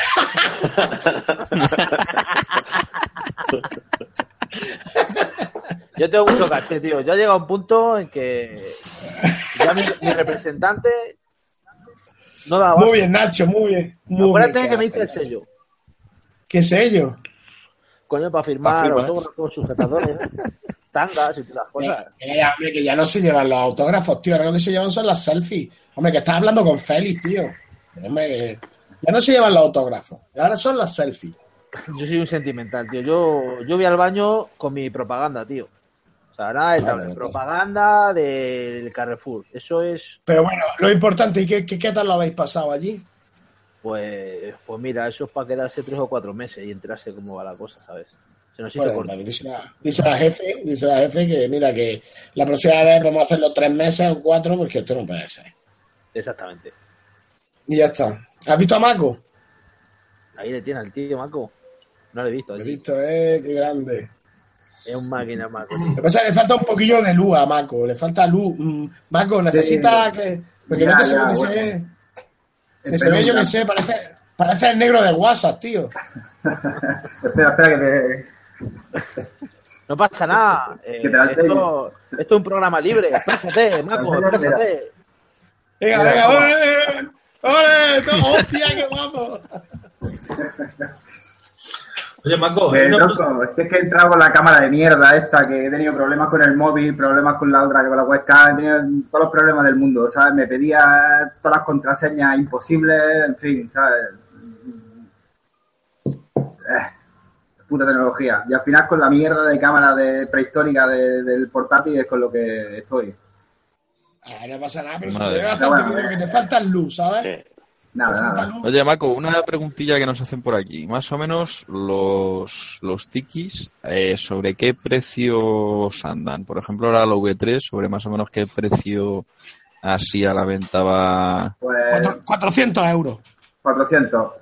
Yo tengo mucho caché, tío. Yo he llegado a un punto en que ya mi, mi representante no da abasto. Muy bien, Nacho, muy bien. Muy Acuérdate bien, que me hice el hace, sello. ¿Qué sello? Coño, para firmar Pa' firmar. autógrafos, sujetadores, tangas y todas las cosas. Que ya, hombre, que ya no se llevan los autógrafos, tío. Ahora lo que se llevan son las selfies. Hombre, que estás hablando con Félix, tío. Hombre, que ya no se llevan los autógrafos. Ahora son las selfies. Yo soy un sentimental, tío. Yo, yo voy al baño con mi propaganda, tío. O sea, nada de Vale, tablet. vale. Propaganda del Carrefour. Eso es, Pero bueno, lo importante, ¿y qué, qué, qué tal lo habéis pasado allí? pues, pues mira, eso es para quedarse tres o cuatro meses y enterarse cómo va la cosa, ¿sabes? Se nos hizo Joder, corto. vale, dice la, dice la jefe, dice la jefe que mira que la próxima vez vamos a hacerlo tres meses o cuatro porque esto no puede ser. Exactamente. Y ya está. ¿Has visto a Mako? Ahí le tiene al tío, Marco. No lo he visto. Lo he tío. visto, eh, qué grande. Es un máquina, Marco. Lo que pasa es que le falta un poquillo de luz a Mako, le falta luz. Mm, Mako, necesita Sí. que... Porque Ya, no te se, ya, te se bueno. ve... En te se ve, yo penumbra. que sé, parece, parece el negro de WhatsApp, tío. Espera, espera que te... No pasa nada. Eh, Que te da el esto, esto es un programa libre. Exprésate, Marco, Mira, mira. exprésate. Venga, Mira, venga, toma. ole, ole, to- hostia, qué guapo. Oye, Marco, Eh, hay una- loco, es que es que he entrado con la cámara de mierda esta, que he tenido problemas con el móvil, problemas con la otra, que con la webcam, he tenido todos los problemas del mundo, ¿sabes? Me pedía todas las contraseñas imposibles, en fin, ¿sabes? Eh, puta tecnología. Y al final con la mierda de cámara de prehistórica de- del portátil es con lo que estoy. Ah, no pasa nada, pero se Madre te ve mía. bastante Bueno, bien, que te falta luz, ¿sabes? Sí. Nada, Te falta nada. luz. Oye, Mako, una preguntilla que nos hacen por aquí. Más o menos los, los tikis, eh, ¿sobre qué precios andan? Por ejemplo, ahora la V tres, ¿sobre más o menos qué precio así a la venta va? Pues Cuatro- cuatrocientos euros. cuatrocientos.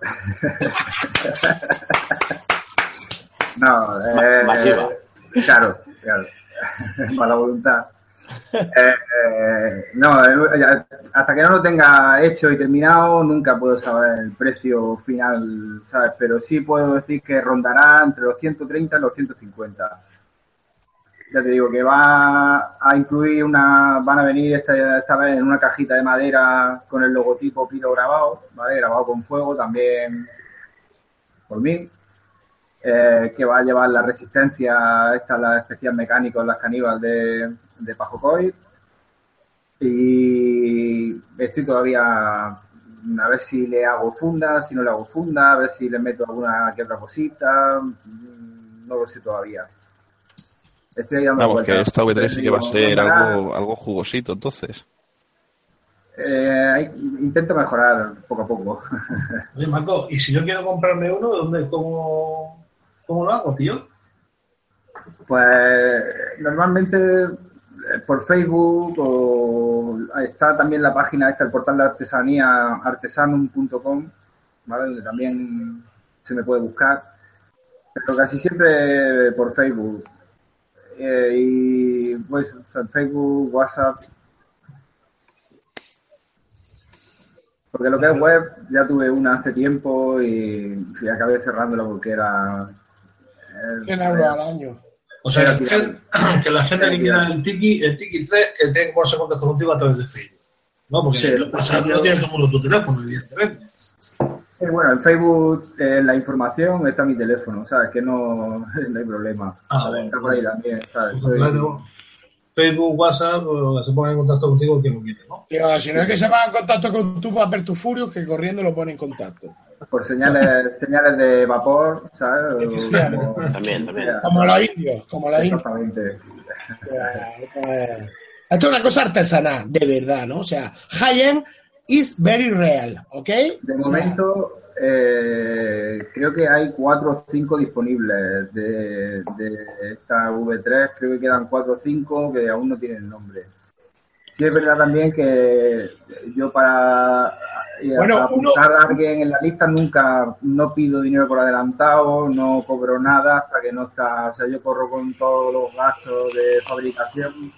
No, eh, Masiva. Claro, claro. Mala voluntad. Eh, eh, no, eh, hasta que no lo tenga hecho y terminado, nunca puedo saber el precio final, ¿sabes? Pero sí puedo decir que rondará entre los ciento treinta y los ciento cincuenta. Ya te digo que va a incluir una, van a venir esta, esta vez en una cajita de madera con el logotipo Piro grabado, ¿vale? Grabado con fuego también por mí. Eh, que va a llevar la resistencia, esta la especial mecánicos, las caníbal de, de Pajocoid. Y estoy todavía a ver si le hago funda, si no le hago funda, a ver si le meto alguna que otra cosita, no lo sé todavía. Estoy dando Vamos, que vueltas. esta V tres sí que va a ser Rondará- algo, algo jugosito, entonces. Eh, hay- intento mejorar poco a poco. Oye, Marco, ¿y si yo quiero comprarme uno, ¿dónde, cómo, cómo lo hago, tío? Pues normalmente eh, por Facebook o está también la página esta, el portal de artesanía artesanum punto com, ¿vale? Donde también se me puede buscar, pero casi siempre por Facebook. eh, y pues o sea, Facebook, WhatsApp. Porque lo que es web, ya tuve una hace tiempo y, y acabé cerrándola porque era... Eh, cien euros al año. O sea, que, que la gente que quiera el Tiki, el Tiki tres, que tenga que ponerse en contacto contigo a través de Facebook. ¿No? Porque Sí, lo pasa, no tienes como tu teléfono, evidentemente. Sí, bueno, en Facebook, eh, la información está en mi teléfono, ¿sabes? Que no, no hay problema. Ah, ¿sabes? bueno. Está por ahí también, ¿sabes? Pues, Soy- claro, Facebook, WhatsApp, o se pongan en contacto contigo quien lo quiere, ¿no? Tío, si no es que se va en contacto con tu Paper to Furious, que corriendo lo pone en contacto. por señales señales de vapor, ¿sabes? Sí, Como- También, también. Como los indios, como los indios. Exactamente. Esto es una cosa artesanal, de verdad, ¿no? O sea, high-end is very real, ¿ok? De O sea, momento, eh, creo que hay cuatro o cinco disponibles de, de esta V tres. Creo que quedan cuatro o cinco que aún no tienen nombre. Sí, es verdad también que yo para, eh, Bueno, para uno- apuntar a alguien en la lista nunca no pido dinero por adelantado, no cobro nada hasta que no está. O sea, yo corro con todos los gastos de fabricación.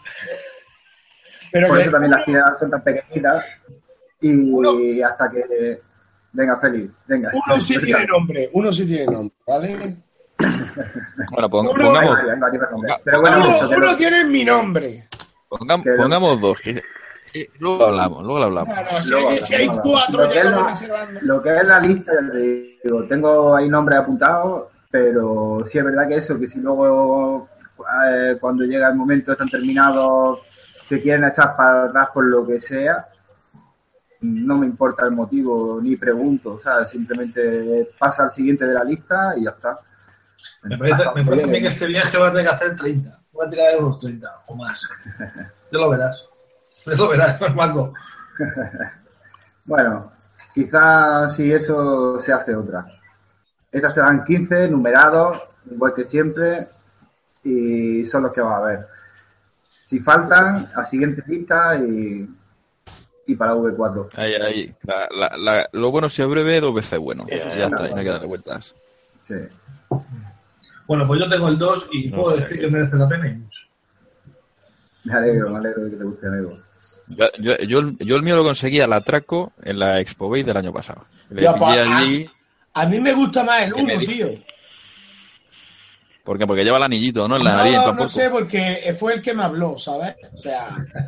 pero Por que eso también las tiendas son tan pequeñitas. Y Uno- hasta que... Venga, Félix, venga. uno sí tiene nombre, uno sí tiene nombre, ¿vale? Bueno, pon- Uno- Hay pongamos, varios, hay varios nombres. ponga- Pero bueno, Uno, eso, que uno lo- tiene mi nombre. pongam- que lo- pongamos dos. Que, que luego hablamos, luego lo hablamos. Claro, si luego hay, si hay hablamos. cuatro, Lo que ya es estamos la- reservando. Lo que es la lista, ya te digo, tengo ahí nombres apuntados, pero sí es verdad que eso, que si luego eh, cuando llega el momento están terminados, se quieren echar para atrás por lo que sea, no me importa el motivo ni pregunto, ¿sabes? Simplemente pasa al siguiente de la lista y ya está. Me parece, me parece a mí que este viaje va a tener que hacer treinta. Voy a tirar de unos treinta o más. Ya lo verás. Ya lo verás, Marco. Bueno, quizás si eso se hace otra. Estas serán quince numerados, igual que siempre, y son los que va a haber. Si faltan, a siguiente lista y, y para V cuatro. Ahí, ahí. La- la- la- lo bueno si es breve, dos veces bueno. Ya, ya ya, está, ya. y no hay que darle vueltas. Sí. Bueno, pues yo tengo el dos y No puedo sé. decir que merece la pena y mucho. Me alegro, me alegro de que te guste, amigo. Yo, yo, yo, el- yo el mío lo conseguí al atraco en la Expo Bay del año pasado. Le Ya, pillé pa- allí. A mí me gusta más el ¿Qué me uno, dices? tío. ¿Por qué? Porque lleva el anillito, ¿no? En la nariz No, tampoco. no sé, porque fue el que me habló, ¿sabes? O sea,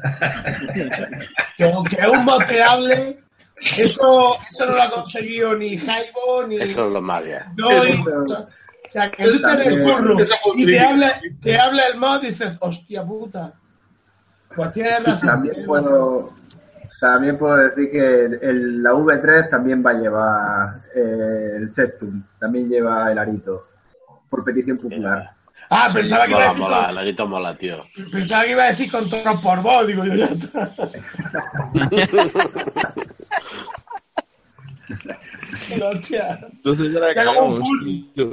que, que es un moteable, eso, eso no lo ha conseguido ni Jaibo, ni Eso es lo más ya. no, Eso y- fue- o sea, que tú estás en el curro Eso fue un y te tricky. habla, te habla el mod y dices, hostia puta. Pues tienes razón. También tienes puedo, también puedo decir que el- la V tres también va a llevar eh, el Septum, también lleva el arito, por petición popular. Ah, pensaba que, iba a Mola, decir mola, con, el arito mola, tío. pensaba que iba a decir control por voz, digo yo ya está. Hostia. Entonces ya la Ya como un cagamos, full. tío.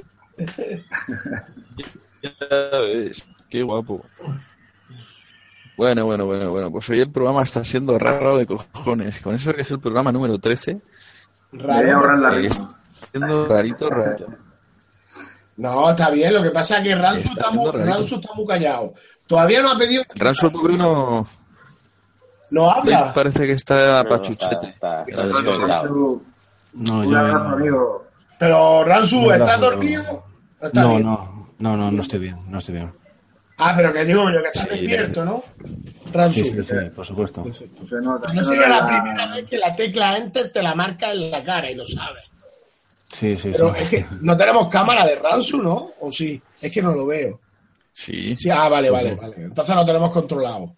Ya ves, qué guapo. Bueno, bueno, bueno, bueno. Pues hoy el programa está siendo raro de cojones. Con eso que es el programa número trece, Me voy a ahorrar la eh, rima. está siendo rarito, rarito. No, está bien. Lo que pasa es que Ransu Está está, muy, siendo rarito. Ransu está muy callado. Todavía no ha pedido. Ransu el pobre no, No habla. parece que está Pero pachuchete. está, está, está Era desconectado. Tú, No, un yo abrazo, no, amigo. Pero Ransu, Un ¿estás abrazo, dormido? ¿O está no, bien? no, no, no, no estoy bien, no estoy bien. Ah, pero que digo yo que estás Sí, despierto, ¿no? Ransu. Sí, sí, sí, por supuesto. Perfecto. Se nota, No se sería nota la primera vez que la tecla Enter te la marca en la cara y lo sabes. Sí, sí, Pero sí. es que no tenemos cámara de Ransu, ¿no? ¿O sí? Es que no lo veo. Sí. Sí, ah, vale, vale, vale. Entonces lo tenemos controlado.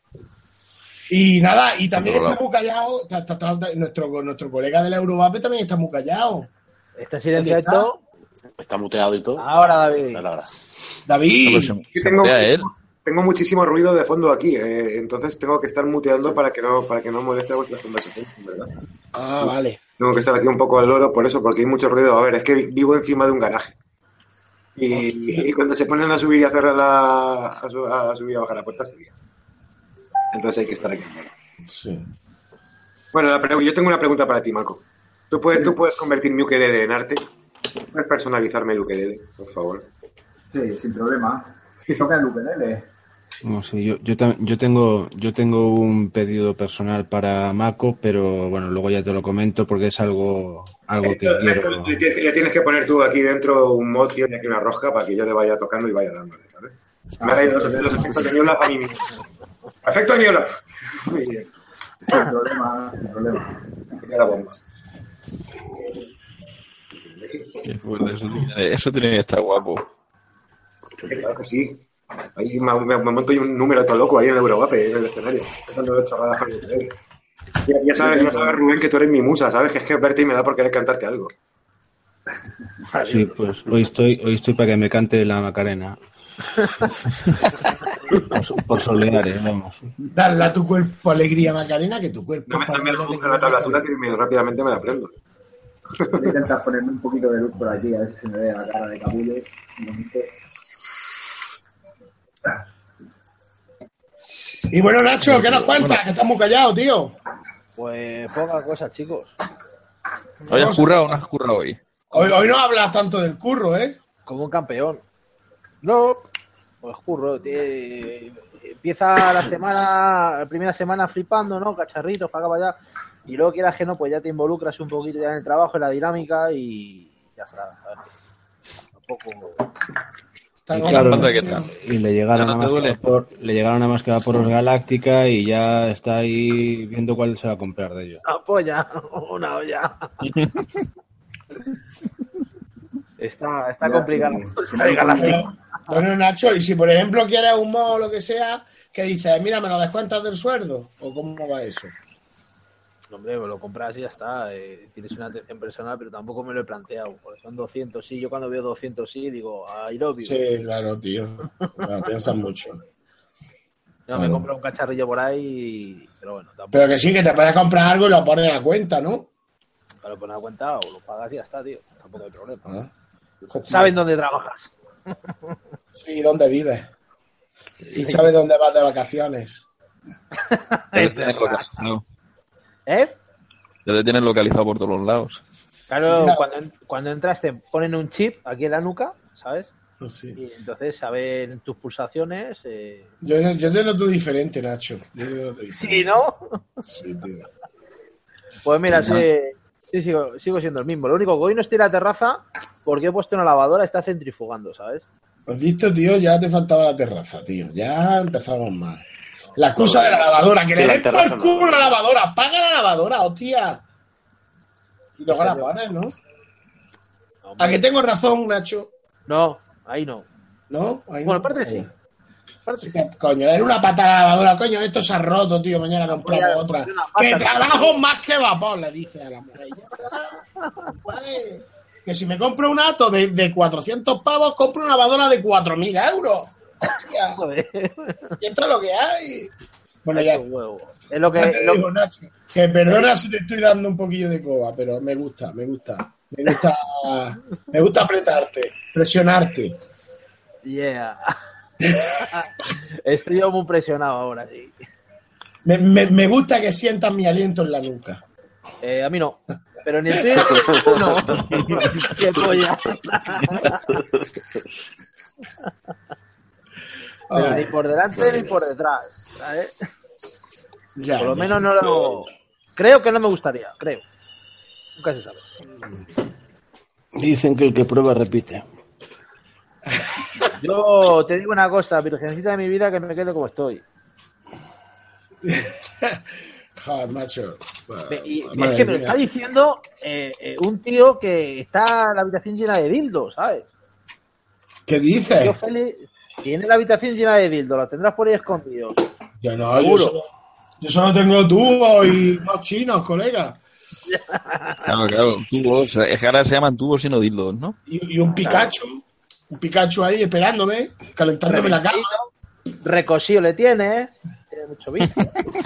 Y nada, y también Controlado. está muy callado. ta- ta- ta- nuestro, nuestro colega del Eurovape también está muy callado. Está silenciado. Está muteado y todo. Ahora, David. Ahora, ahora. David, No, pero se- Yo se tengo, mutea él. tengo muchísimo ruido de fondo aquí, eh, entonces tengo que estar muteando para que no para que no moleste vuestras conversaciones, ¿verdad? ah, vale. Tengo que estar aquí un poco al loro por eso, porque hay mucho ruido. A ver, es que vivo encima de un garaje. Y, y cuando se ponen a subir y a cerrar la... a, su- a subir y a bajar la puerta, se lía. Entonces hay que estar aquí. Sí. Bueno, la pre- yo tengo una pregunta para ti, Marco. ¿Tú puedes, ¿Tú puedes convertir mi ukelele en arte? ¿Puedes personalizarme el ukelele, por favor? Sí, sin problema. Toca el ukelele. No sé, yo, yo, tam- yo tengo yo tengo un pedido personal para Mako, pero bueno, luego ya te lo comento porque es algo algo que Esto- esto quiero. le, tienes, le tienes que poner tú aquí dentro un mod y aquí una rosca para que yo le vaya tocando y vaya dándole, ¿sabes? Me ha caído los, los efectos de niebla para mí mismo. Efecto de niebla. Muy bien. Sin problema, sin problema. Ya la bomba. Qué fuerte, eso, tiene, eso tiene que estar guapo. Claro que sí. Ahí me, me, me monto yo un número todo loco ahí en el Eurovape, en el escenario. Empezando chorradas con el ukelele. Ya, ya, sabes, ya sabes, Rubén, que tú eres mi musa, ¿sabes? Que es que verte y me da por querer cantarte algo. Sí, pues hoy estoy hoy estoy para que me cante la Macarena. por, por Soleares, vamos. Dale a tu cuerpo alegría, Macarena, que tu cuerpo... No me, para no me darle gusta alegría, la tablatura Macarena. que me- rápidamente me la aprendo. Voy a intentar ponerme un poquito de luz por aquí, a ver si se me ve la cara de capullo. Un momento. Y bueno, Nacho, ¿qué nos cuentas? Que estás muy callado, tío. Pues poca cosa, chicos. ¿Hoy has currado o no has currado hoy? Hoy, hoy no hablas tanto del curro, ¿eh? Como un campeón. No, pues curro. eh, empieza la semana, la primera semana flipando, ¿no? Cacharritos para acá, para allá. Y luego quieras que no, pues ya te involucras un poquito ya en el trabajo, en la dinámica y ya está. ¿Sabes? Tampoco... Está Y con- claro, ¿Cuánto hay que estar? y le llegaron ¿No a te más duele? que por, le llegaron a más que por Galáctica y ya está ahí viendo cuál se va a comprar de ellos. Una polla, una olla. Está, está Ya, complicado. sí. Bueno, bueno, Nacho, y si por ejemplo quieres un mod o lo que sea, que dices, mira, me lo descuentas del sueldo, o cómo va eso. Hombre, me lo compras y ya está. Eh, tienes una atención personal, pero tampoco me lo he planteado. Porque son doscientos sí. Yo cuando veo doscientos sí, digo, I love you. Sí, claro, tío. Claro, piensas mucho. No, me claro. compro un cacharrillo por ahí, pero bueno, tampoco. Pero que sí, que te puedes comprar algo y lo pones a cuenta, ¿no? Para poner a cuenta o lo pagas y ya está, tío. Tampoco hay problema. Ah. ¿Saben dónde trabajas? Sí, dónde vives. Y sabes dónde vas de vacaciones. Ya te tienes localizado. ¿Eh? Ya te tienes localizado por todos los lados. Claro, Ya. cuando, en- cuando entras te ponen un chip aquí en la nuca, ¿sabes? Sí. Y entonces saben tus pulsaciones. Eh... Yo, yo te noto diferente, Nacho. Yo te noto diferente. Sí, ¿no? Sí, tío. Pues mira, sí, sí sigo, sigo siendo el mismo. Lo único que hoy no estoy en la terraza porque he puesto una lavadora, está centrifugando, ¿sabes? ¿Has visto, tío? Ya te faltaba la terraza, tío. Ya empezamos mal. La excusa de la lavadora, que Sí, le la den por terraza el no. culo la lavadora. Paga la lavadora, hostia. Y luego la pones, ¿no? ¿A que tengo razón, Nacho? No, ahí no. ¿No? Ahí Bueno, no. aparte sí. Aparte Sí sí. que, coño, era una pata a la lavadora, coño, esto se ha roto, tío, mañana compramos Voy a- otra. una Que pata. trabajo más que vapor, le dice a la mujer. Ya, vale. Que si me compro un ato de, de cuatrocientos pavos, compro una lavadora de cuatro mil euros. Hostia, Joder. y esto es lo que hay. Bueno, ya, Es un huevo. Es lo ya que. te lo- digo, Nacho, que perdona si te estoy dando un poquillo de coba, pero me gusta, me gusta. Me gusta, me gusta apretarte, presionarte. Yeah. Estoy yo muy presionado ahora, sí. Me, me, me gusta que sientas mi aliento en la nuca. Eh, a mí no. Pero ni estoy no. Qué polla. Pero Ay, ni por delante ni por detrás. ¿Sabes? ya, Por lo ya. menos no lo. Creo que no me gustaría, creo. Nunca se sabe. Dicen que el que prueba repite. Yo te digo una cosa, virgencita de mi vida, que me quedo como estoy. Joder, macho. Me- Y Madre es que me lo mía. está diciendo eh, eh, un tío que está en la habitación llena de dildos, ¿sabes? ¿Qué Tío dices? Félix tiene la habitación llena de dildos, los tendrás por ahí escondidos. Yo no, yo Seguro. solo, yo solo tengo tubos y dos chinos, colega. Claro, claro, tubos. Es que ahora se llaman tubos y no dildos, ¿no? Y, y un Pikachu. Un Pikachu ahí esperándome, calentándome la cama. Recosío le tiene, ¿eh? Tiene mucho vicio.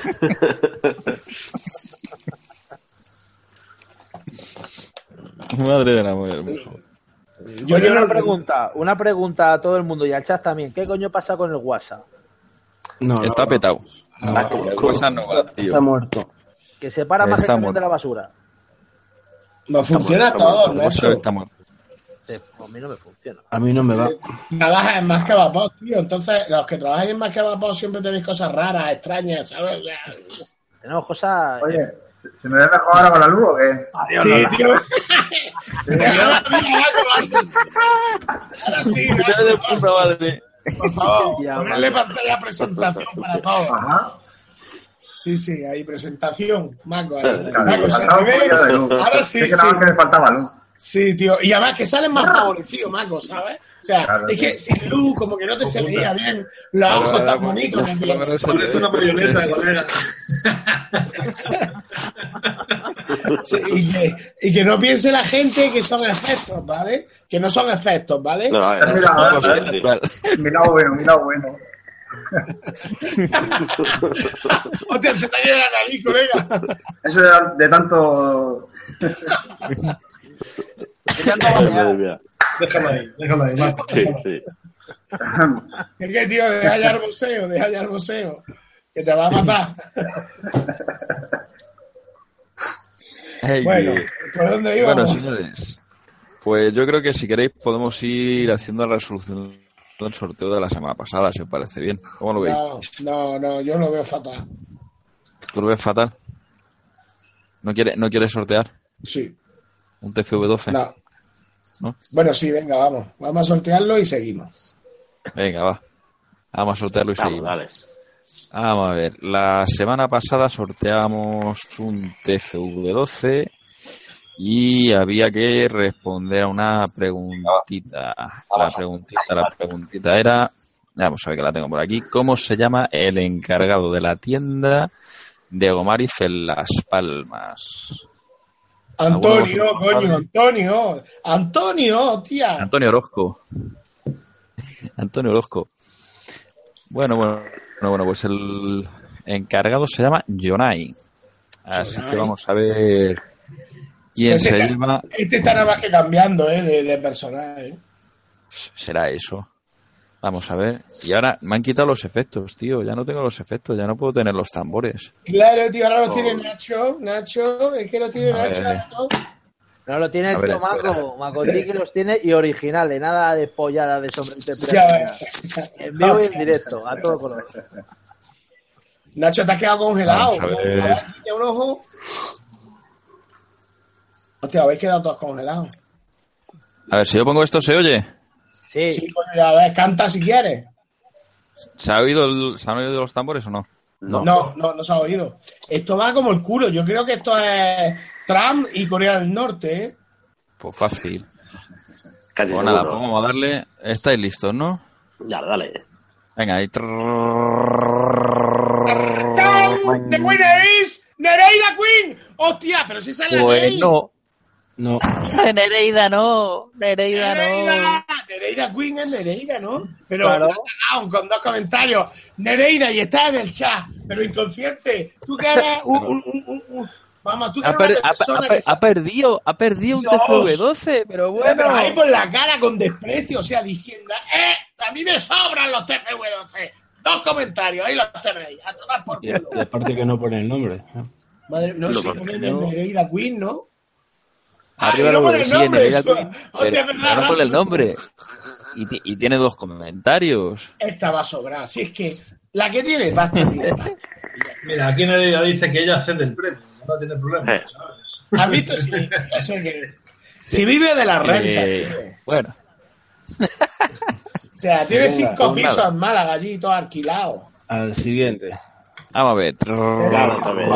Madre de la mujer hermoso. Yo Oye, no una lo- pregunta, una pregunta a todo el mundo y al chat también. ¿Qué coño pasa con el WhatsApp? No, Está no, petado. no, Cosa no va, tío. está muerto. Que separa más Está el camión muerto. de la basura. No funciona muerto, todo, está Eso Nacho. está muerto. Este, a mí no me funciona. A mí no me va. Trabajas en Más que Vapor, tío. Entonces, los que trabajáis en Más que Vapor siempre tenéis cosas raras, extrañas, ¿sabes? Tenemos cosas... Oye, ¿se me ve mejor ahora con la luz o qué? Adiós, Sí, Lola. tío. Ahora sí, Madre de puta madre. por favor, Ya, ponerle vale. pantalla presentación para todos. Ajá. Sí, sí, ahí presentación. Maco, ahí. Claro, Maco, me se faltaba un te ve. poquito de luz. Ahora sí, Es que sí. nada más que me faltaba luz. Sí, tío. Y además que salen más favorecidos, Maco, ¿sabes? O sea, Claro, es que sí. sin luz, como que no te se veía bien los Ahora, ojos ahora, tan por- bonitos. por tío. lo menos se Parece te- una marioneta, colega. Sí, y, que, y que no piense la gente que son efectos, ¿vale? Que no son efectos, ¿vale? No, a ver, Mira, no, ahora no, sí. no, sí. Claro. Mi lado bueno, mi lado bueno. Hostia, se te ha ido la nariz, colega. Eso de, de tanto... Madre mía. Déjalo ahí, déjalo ahí, Marco. Sí, sí. Es que, tío, deja ya el boceo, deja ya el boceo. Que te va a matar. Ay, Bueno, que- ¿por dónde Bueno, íbamos? señores, pues yo creo que si queréis podemos ir haciendo la resolución del sorteo de la semana pasada, si os parece bien. ¿Cómo lo veis? No, no, no, yo lo veo fatal. ¿Tú lo ves fatal? ¿No quieres no quieres sortear Sí, un T F V doce? no. ¿No? Bueno, sí, venga, vamos. Vamos a sortearlo y seguimos. Venga, va. Vamos a sortearlo y Vamos, seguimos. dale. Vamos a ver. La semana pasada sorteamos un T F V doce y había que responder a una preguntita. La preguntita, la preguntita era... Vamos a ver que la tengo por aquí. ¿Cómo se llama el encargado de la tienda de Gomariz en Las Palmas? Antonio, ¿Alguno de vosotros coño, sabe? Antonio. Antonio, tía. Antonio Orozco. Antonio Orozco. Bueno, bueno, bueno, bueno, pues el encargado se llama Jonai. Así Jonai. que vamos a ver quién Este se está- lleva. Este está nada más que cambiando, ¿eh? De, de personaje. Será eso. Vamos a ver. Y ahora me han quitado los efectos, tío. Ya no tengo los efectos, ya no puedo tener los tambores. Claro, tío, ahora los tiene Nacho. Nacho, es que los tiene A Nacho. ver. ahora todo. No lo tiene A el ver, tío espera. Maco. Maco sí que los tiene y originales, nada de pollada de Ya sobreinterpretación. ves. En vivo y en directo, a todo color. Nacho, te has quedado congelado. Vamos a ver. A ver, guiña un ojo. Hostia, habéis quedado todos congelados. A ver, si yo pongo esto, ¿se oye? Sí, Sí, coño, ya ves, canta si quieres. ¿Se, ha oído el- ¿Se han oído los tambores o no? No, no, no, se ha oído. Esto va como el culo. Yo creo que esto es Trump y Corea del Norte, ¿eh? Pues fácil. Casi Pues nada, seguro. pues vamos a darle. Estáis listos, ¿no? Ya, dale. Venga, ahí. ¡Chao! ¡The winner is Nereida Queen! ¡Hostia! Pero si sale la Pues Ney. no. No. Nereida no. Nereida Nereida, Nereida Queen es Nereida, ¿no? Pero Claro. ah, con dos comentarios. Nereida, y está en el chat, pero inconsciente. Tú que eres un... un, un, un- un- vamos, tú que Ha, eres per- una ha- persona ha- que ha perdido, ha perdido un Dios. T F V doce, pero bueno. Pero ahí por la cara con desprecio, o sea, diciendo, ¡eh! A mí me sobran los T F V doce. Dos comentarios, ahí los tenéis, a tomar por Y, culo. y aparte que no pone el nombre. Madre, no Lo se que pone no. Nereida Queen, ¿no? Arriba Ah, y lo no pone pone, el sí, nombre, Nereida eso. Queen, Hostia, pero, es pero verdad, no pone el Rafa. nombre. Y, ti- y tiene dos comentarios. Esta va a sobrar. Si es que la que tiene basta. tío. Mira, aquí en Herida dice que ella cede el premio, no tiene problema, Eh. ¿sabes? ¿Has visto? Sí, o sea que... Si vive de la renta. Eh, tío. bueno, O sea, tiene Venga, cinco pues pisos nada. en Málaga allí, todos alquilados. Al siguiente. vamos a ver. Claro, también.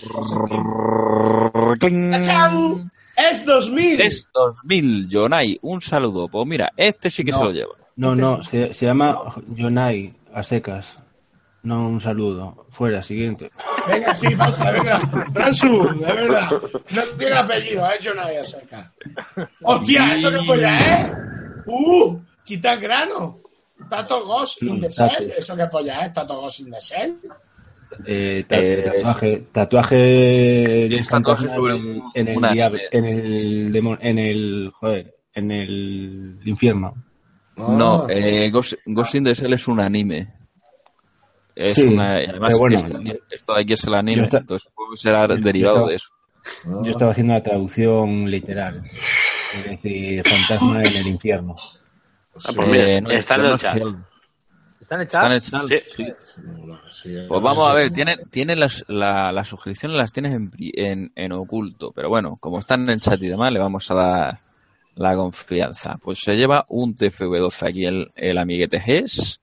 ¡Tachán! Es dos mil. Es dos mil, Jonai. Un saludo. Pues mira, este sí que No. se lo lleva. No, no, se, se llama Jonai a secas. No, un saludo. Fuera, siguiente. Venga, sí, pasa, venga. Bransu, de verdad. No tiene apellido, ha hecho nadie a seca. ¡Hostia, eso que polla es! ¡Uh! Quita el grano. Tato Ghost in the Tato. Cell. ¿Eso qué polla es? Tato Ghost in the Cell. Eh, ta- Eh, tatuaje, tatuaje Es tatuaje sobre en, un- en el una diablo, anime. en el demon- en el joder, en el infierno. No, eh, Ghost, Ghost in the Shell es un anime. Es Sí, una. Además, pero bueno, esto, yo- esto hay que ser el anime, yo está- entonces puede ser yo derivado estaba- de eso. Yo estaba haciendo la traducción literal. Es decir, fantasma en el infierno. Ah, pues mira, Eh, no, está en el no chat. es Hell. ¿Está en el Está en chat? el chat. Sí. Sí. Pues vamos a ver, tiene, tiene las, la, las suscripciones las tienes en, pri- en, en oculto, pero bueno, como están en el chat y demás, le vamos a dar la confianza. Pues se lleva un T F V doce aquí el, el amiguete Ges,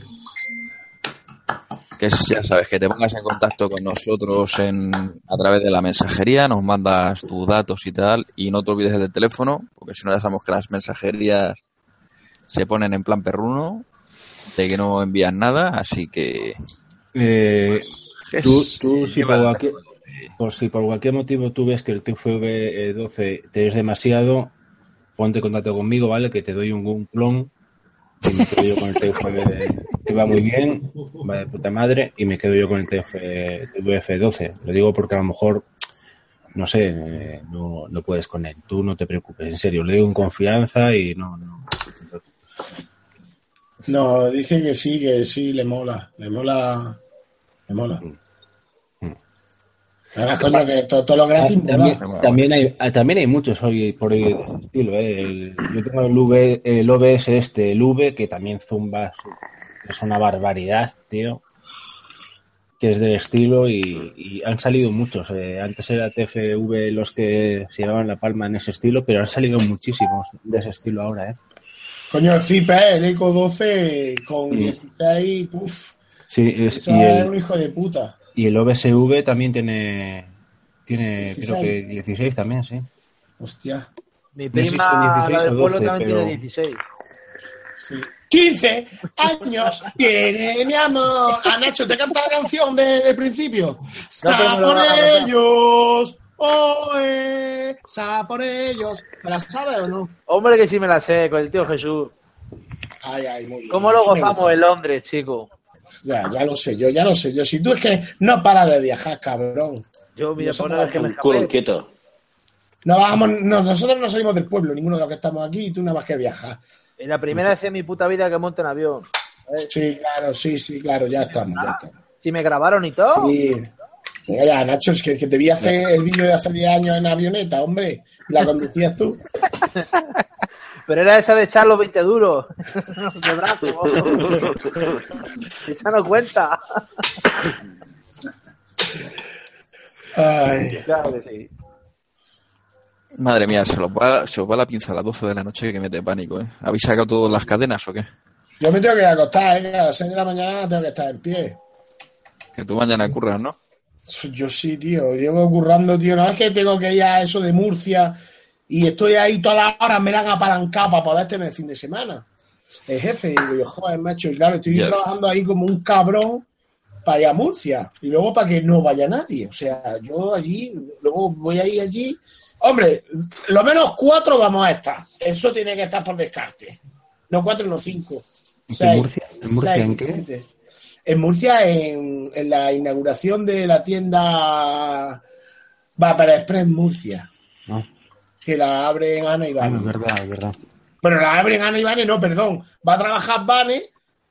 que es, ya sabes, que te pongas en contacto con nosotros en, a través de la mensajería, nos mandas tus datos y tal, y no te olvides del teléfono, porque si no ya sabemos que las mensajerías se ponen en plan perruno, de que no envían nada, así que... Eh, Ges, tú, tú si, lleva por el cualquier, teléfono. por si por cualquier motivo tú ves que el T F V doce te es demasiado, ponte en contacto conmigo, ¿vale? Que te doy un, un clon y me quedo yo con el T F V que va muy bien, va de puta madre, y me quedo yo con el T F doce. Lo digo porque a lo mejor, no sé, eh, no, no puedes con él. Tú no te preocupes, en serio, le digo en confianza y no... no No, dice que sí, que sí, le mola. Le mola. Le mola. Además, coño, que todo, todo lo gratis Ah, también, mola. también hay ah, también hay muchos hoy por hoy de ese estilo, ¿eh? El- yo tengo el V, el O B S este, el V, que también zumba, es una barbaridad, tío, que es del estilo y, y han salido muchos. Eh. Antes era T F V los que se llevaban la palma en ese estilo, pero han salido muchísimos de ese estilo ahora, ¿eh? Coño, el Zip, ¿eh? El Eco doce con Mm. dieciséis, uff. Sí, es, Eso y es un el, hijo de puta. y el O B S V también tiene, tiene creo dieciséis. que dieciséis también, sí. Hostia. Mi No sé si son prima, la dieciséis del o pueblo, doce, también pero- tiene dieciséis. Sí. quince años tiene mi amor. Ah, Nacho, ¿te canta la canción de, del principio? pero Sa me lo por va a cantar. ellos. Oe, sa por ellos. ¿Me la sabes o no? Hombre, que sí me la sé, con el tío Jesús. Ay, ay, muy bien. ¿Cómo lo Sí me gozamos gusta. en Londres, chico? Ya, ya lo sé yo, ya lo sé yo. Si tú es que no paras de viajar, cabrón. Yo, mira, No por somos una vez que me Un culo escapé. inquieto. No vamos, no, nosotros no salimos del pueblo, ninguno de los que estamos aquí, y tú nada más que viajar. Es la primera vez en mi puta vida que monto en avión. Sí, claro, sí, sí, claro, ya estamos, ya estamos. Si me grabaron y todo. Sí. Venga ya, Nacho, es que, que te vi hacer el vídeo de hace diez años en avioneta, hombre. ¿La conducías tú? Pero era esa de echar los veinte duros. De brazo. Esa no cuenta. Ay. Claro que sí. Madre mía, se, los va, se os va la pinza a las doce de la noche que mete pánico, ¿eh? ¿Habéis sacado todas las cadenas o qué? Yo me tengo que acostar, ¿eh? Que a las seis de la mañana tengo que estar en pie. Que tú mañana curras, ¿no? Yo sí, tío. Llevo currando, tío. No es que tengo que ir a eso de Murcia y estoy ahí todas las horas, me la han apalancado para poder tener el fin de semana. El jefe, y digo yo, joder, macho. Y claro, estoy Ya. trabajando ahí como un cabrón para ir a Murcia y luego para que no vaya nadie. O sea, yo allí, luego voy a ir allí. Hombre, lo menos cuatro vamos a estar. Eso tiene que estar por descarte. No cuatro, no cinco. ¿En Seis, Murcia? ¿En Murcia seis, en qué? siete. En Murcia, en, en la inauguración de la tienda Vapor Express Murcia, No. que la abren Ana y Ah, Vane. no, es verdad, es verdad. Bueno, la abren Ana y Vane, no, perdón. Va a trabajar Vane.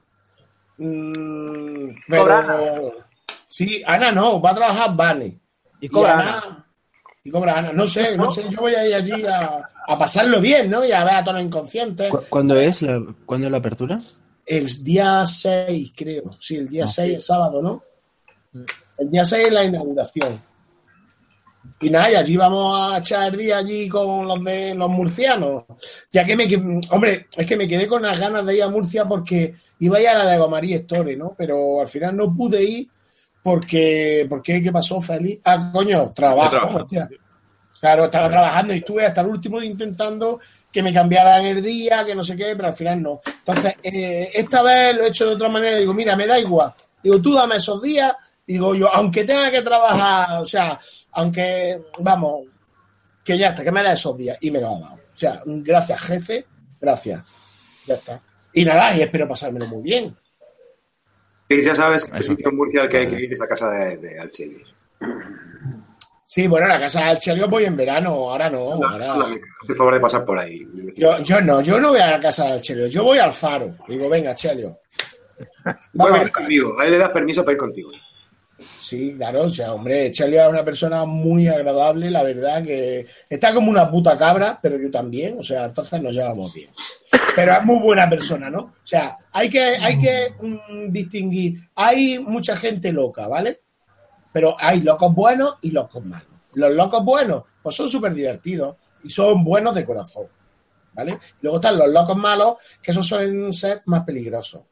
mm, pero, ¿Cobra Ana? Sí, Ana no, va a trabajar Vane. Y cobra Ana- Ana. Y cobra Ana. No sé, no sé. Yo voy a ir allí a, a pasarlo bien, ¿no? Y a ver a todos los inconscientes. ¿Cu- ¿Cuándo es la, ¿cuándo es la apertura? El día seis, creo. Sí, el día Ah. seis, el sábado, ¿no? El día seis es la inauguración. Y nada, y allí vamos a echar el día allí con los de los murcianos. Ya que me que- hombre, es que me quedé con las ganas de ir a Murcia porque iba a ir a la de Gomarí Store, ¿no? Pero al final no pude ir porque, porque ¿qué pasó, Félix? Ah, coño, trabajo, Trabajo. hostia. Claro, estaba trabajando y estuve hasta el último día intentando que me cambiaran el día, que no sé qué, pero al final no. Entonces, eh, esta vez lo he hecho de otra manera. Digo, mira, me da igual. Digo, tú dame esos días. Digo yo, aunque tenga que trabajar, o sea, aunque, vamos, que ya está, que me da esos días. Y me lo ha dado. O sea, gracias, jefe, gracias. Ya está. Y nada, y espero pasármelo muy bien. Y ya sabes que el Eso. sitio en Murcia al que hay que ir es la casa de, de Alchelis. Sí, bueno, la casa del Chelio voy en verano, ahora no. No, Ahora... solamente, haz el favor de pasar por ahí. Yo, yo no, yo no voy a la casa del Chelio, yo voy al faro. Digo, venga, Chelio. Puedes Vamos al venir faro. conmigo, ahí le das permiso para ir contigo. Sí, claro, o sea, hombre, Charlie es una persona muy agradable, la verdad que está como una puta cabra, pero yo también, o sea, entonces nos llevamos bien. Pero es muy buena persona, ¿no? O sea, hay que, hay que mm, distinguir, hay mucha gente loca, ¿vale? Pero hay locos buenos y locos malos. Los locos buenos, pues son súper divertidos y son buenos de corazón, ¿vale? Luego están los locos malos, que esos suelen ser más peligrosos,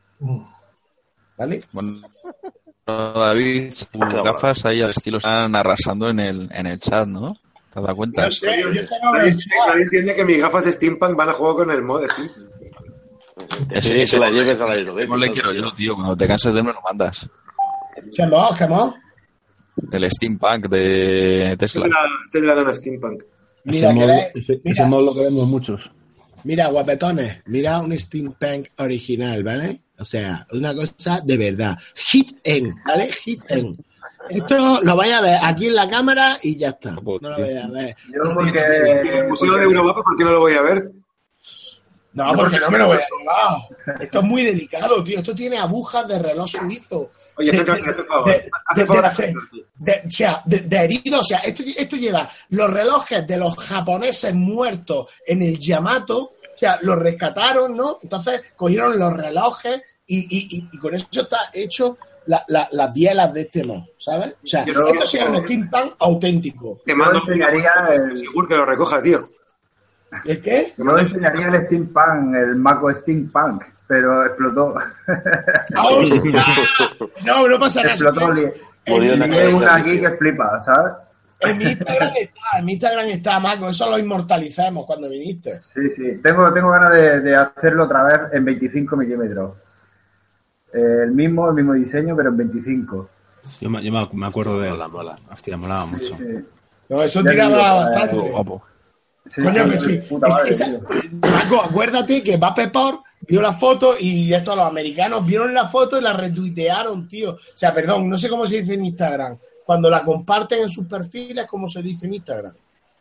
¿vale? Bueno, David, sus gafas ahí al estilo están arrasando en el, en el chat, ¿no? ¿Te has dado cuenta? Yo sé, yo tengo Nadie, el nadie entiende que mis gafas Steampunk van a jugar con el mod Steampunk. Ese, Sí, ese, que la lleves a la aerodécnica. ¿cómo le quiero yo, tío? Cuando te canses de uno, lo mandas. ¿Qué más? ¿Qué más? Del steampunk de Tesla. Tesla, Tesla Nano Steampunk. Mira, ese, mod, queréis- ese, ese mira. mod lo queremos muchos. Mira, guapetones, mira un steampunk original, ¿vale? O sea, una cosa de verdad. Hit en, ¿vale? Hit en. Esto lo vais a ver aquí en la cámara y ya está. No lo vais a ver. Yo En el porque... Museo de Europa, ¿por qué no lo voy a ver? No, porque no me lo voy a llevar. Esto es muy delicado, tío. Esto tiene agujas de reloj suizo. Oye, De- Centro, de- hazte favor. de- Hazte de- favor. de- de- de- o sea, de, de herido, o sea, esto, esto lleva los relojes de los japoneses muertos en el Yamato, o sea, los rescataron, ¿no? Entonces cogieron los relojes y, y, y, y con eso está hecho la, la, las bielas de este mod, ¿sabes? O sea, Yo- esto sería un steampunk auténtico. Te mando Yo enseñaría el- seguro que lo recoja, tío. ¿El qué? Yo enseñaría el Steampunk, el Mako Steampunk, pero explotó. ¡Ah! No, no pasa nada. explotó. Li- Murió en la Lié cabeza, una sí, aquí sí. que flipa, ¿sabes? En mi Instagram está, en mi Instagram está, Marco, eso lo inmortalicemos cuando viniste. Sí, sí. Tengo, tengo ganas de, de hacerlo otra vez en veinticinco milímetros. Eh, el mismo, el mismo diseño, pero en veinticinco. Yo, me, yo me- me acuerdo de él. Mola, mola. Hostia, molaba Sí, mucho. sí. No, eso Ya tiraba digo, eh, bastante. Estuvo guapo. Sí, Coño, sí, que sí. puta Es- madre, esa- tío. Marco, acuérdate que Vapepor vio la foto y estos los americanos vieron la foto y la retuitearon, tío. O sea, perdón, no sé cómo se dice en Instagram. Cuando la comparten en sus perfiles, ¿cómo se dice en Instagram?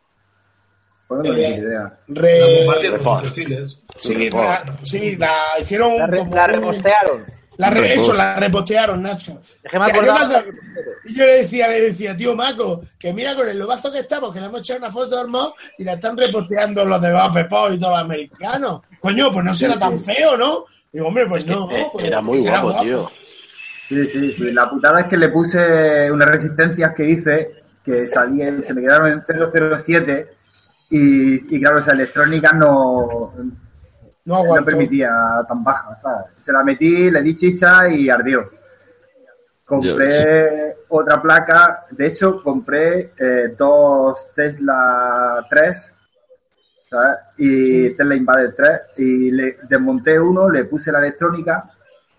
Pues no Eh, tengo ni idea. Re... La compartieron en sus Repost. perfiles. Sí, la, sí, la hicieron La, re- como la un- repostearon. La re- Repost. eso, la repostearon, Nacho. Es que me O sea, yo, acordaba- cuando- y yo le decía, le decía, tío Maco, que mira con el lobazo que estamos, que le hemos echado una foto de Hermos y la están reposteando los de Vapepor y todos los americanos. Coño, pues no será tan feo, ¿no? Digo, hombre, pues no. Eh, pues Era muy era guapo, tío. Sí, sí, sí. La putada es que le puse unas resistencias que hice que salían, se me quedaron en cero cero siete y, y claro, esa electrónica no, No no aguanto. permitía tan baja, ¿sabes? Se la metí, le di chicha y ardió. Compré otra placa, de hecho compré eh, dos Tesla tres, ¿sabes? Y Tesla Invader tres y le desmonté uno, le puse la electrónica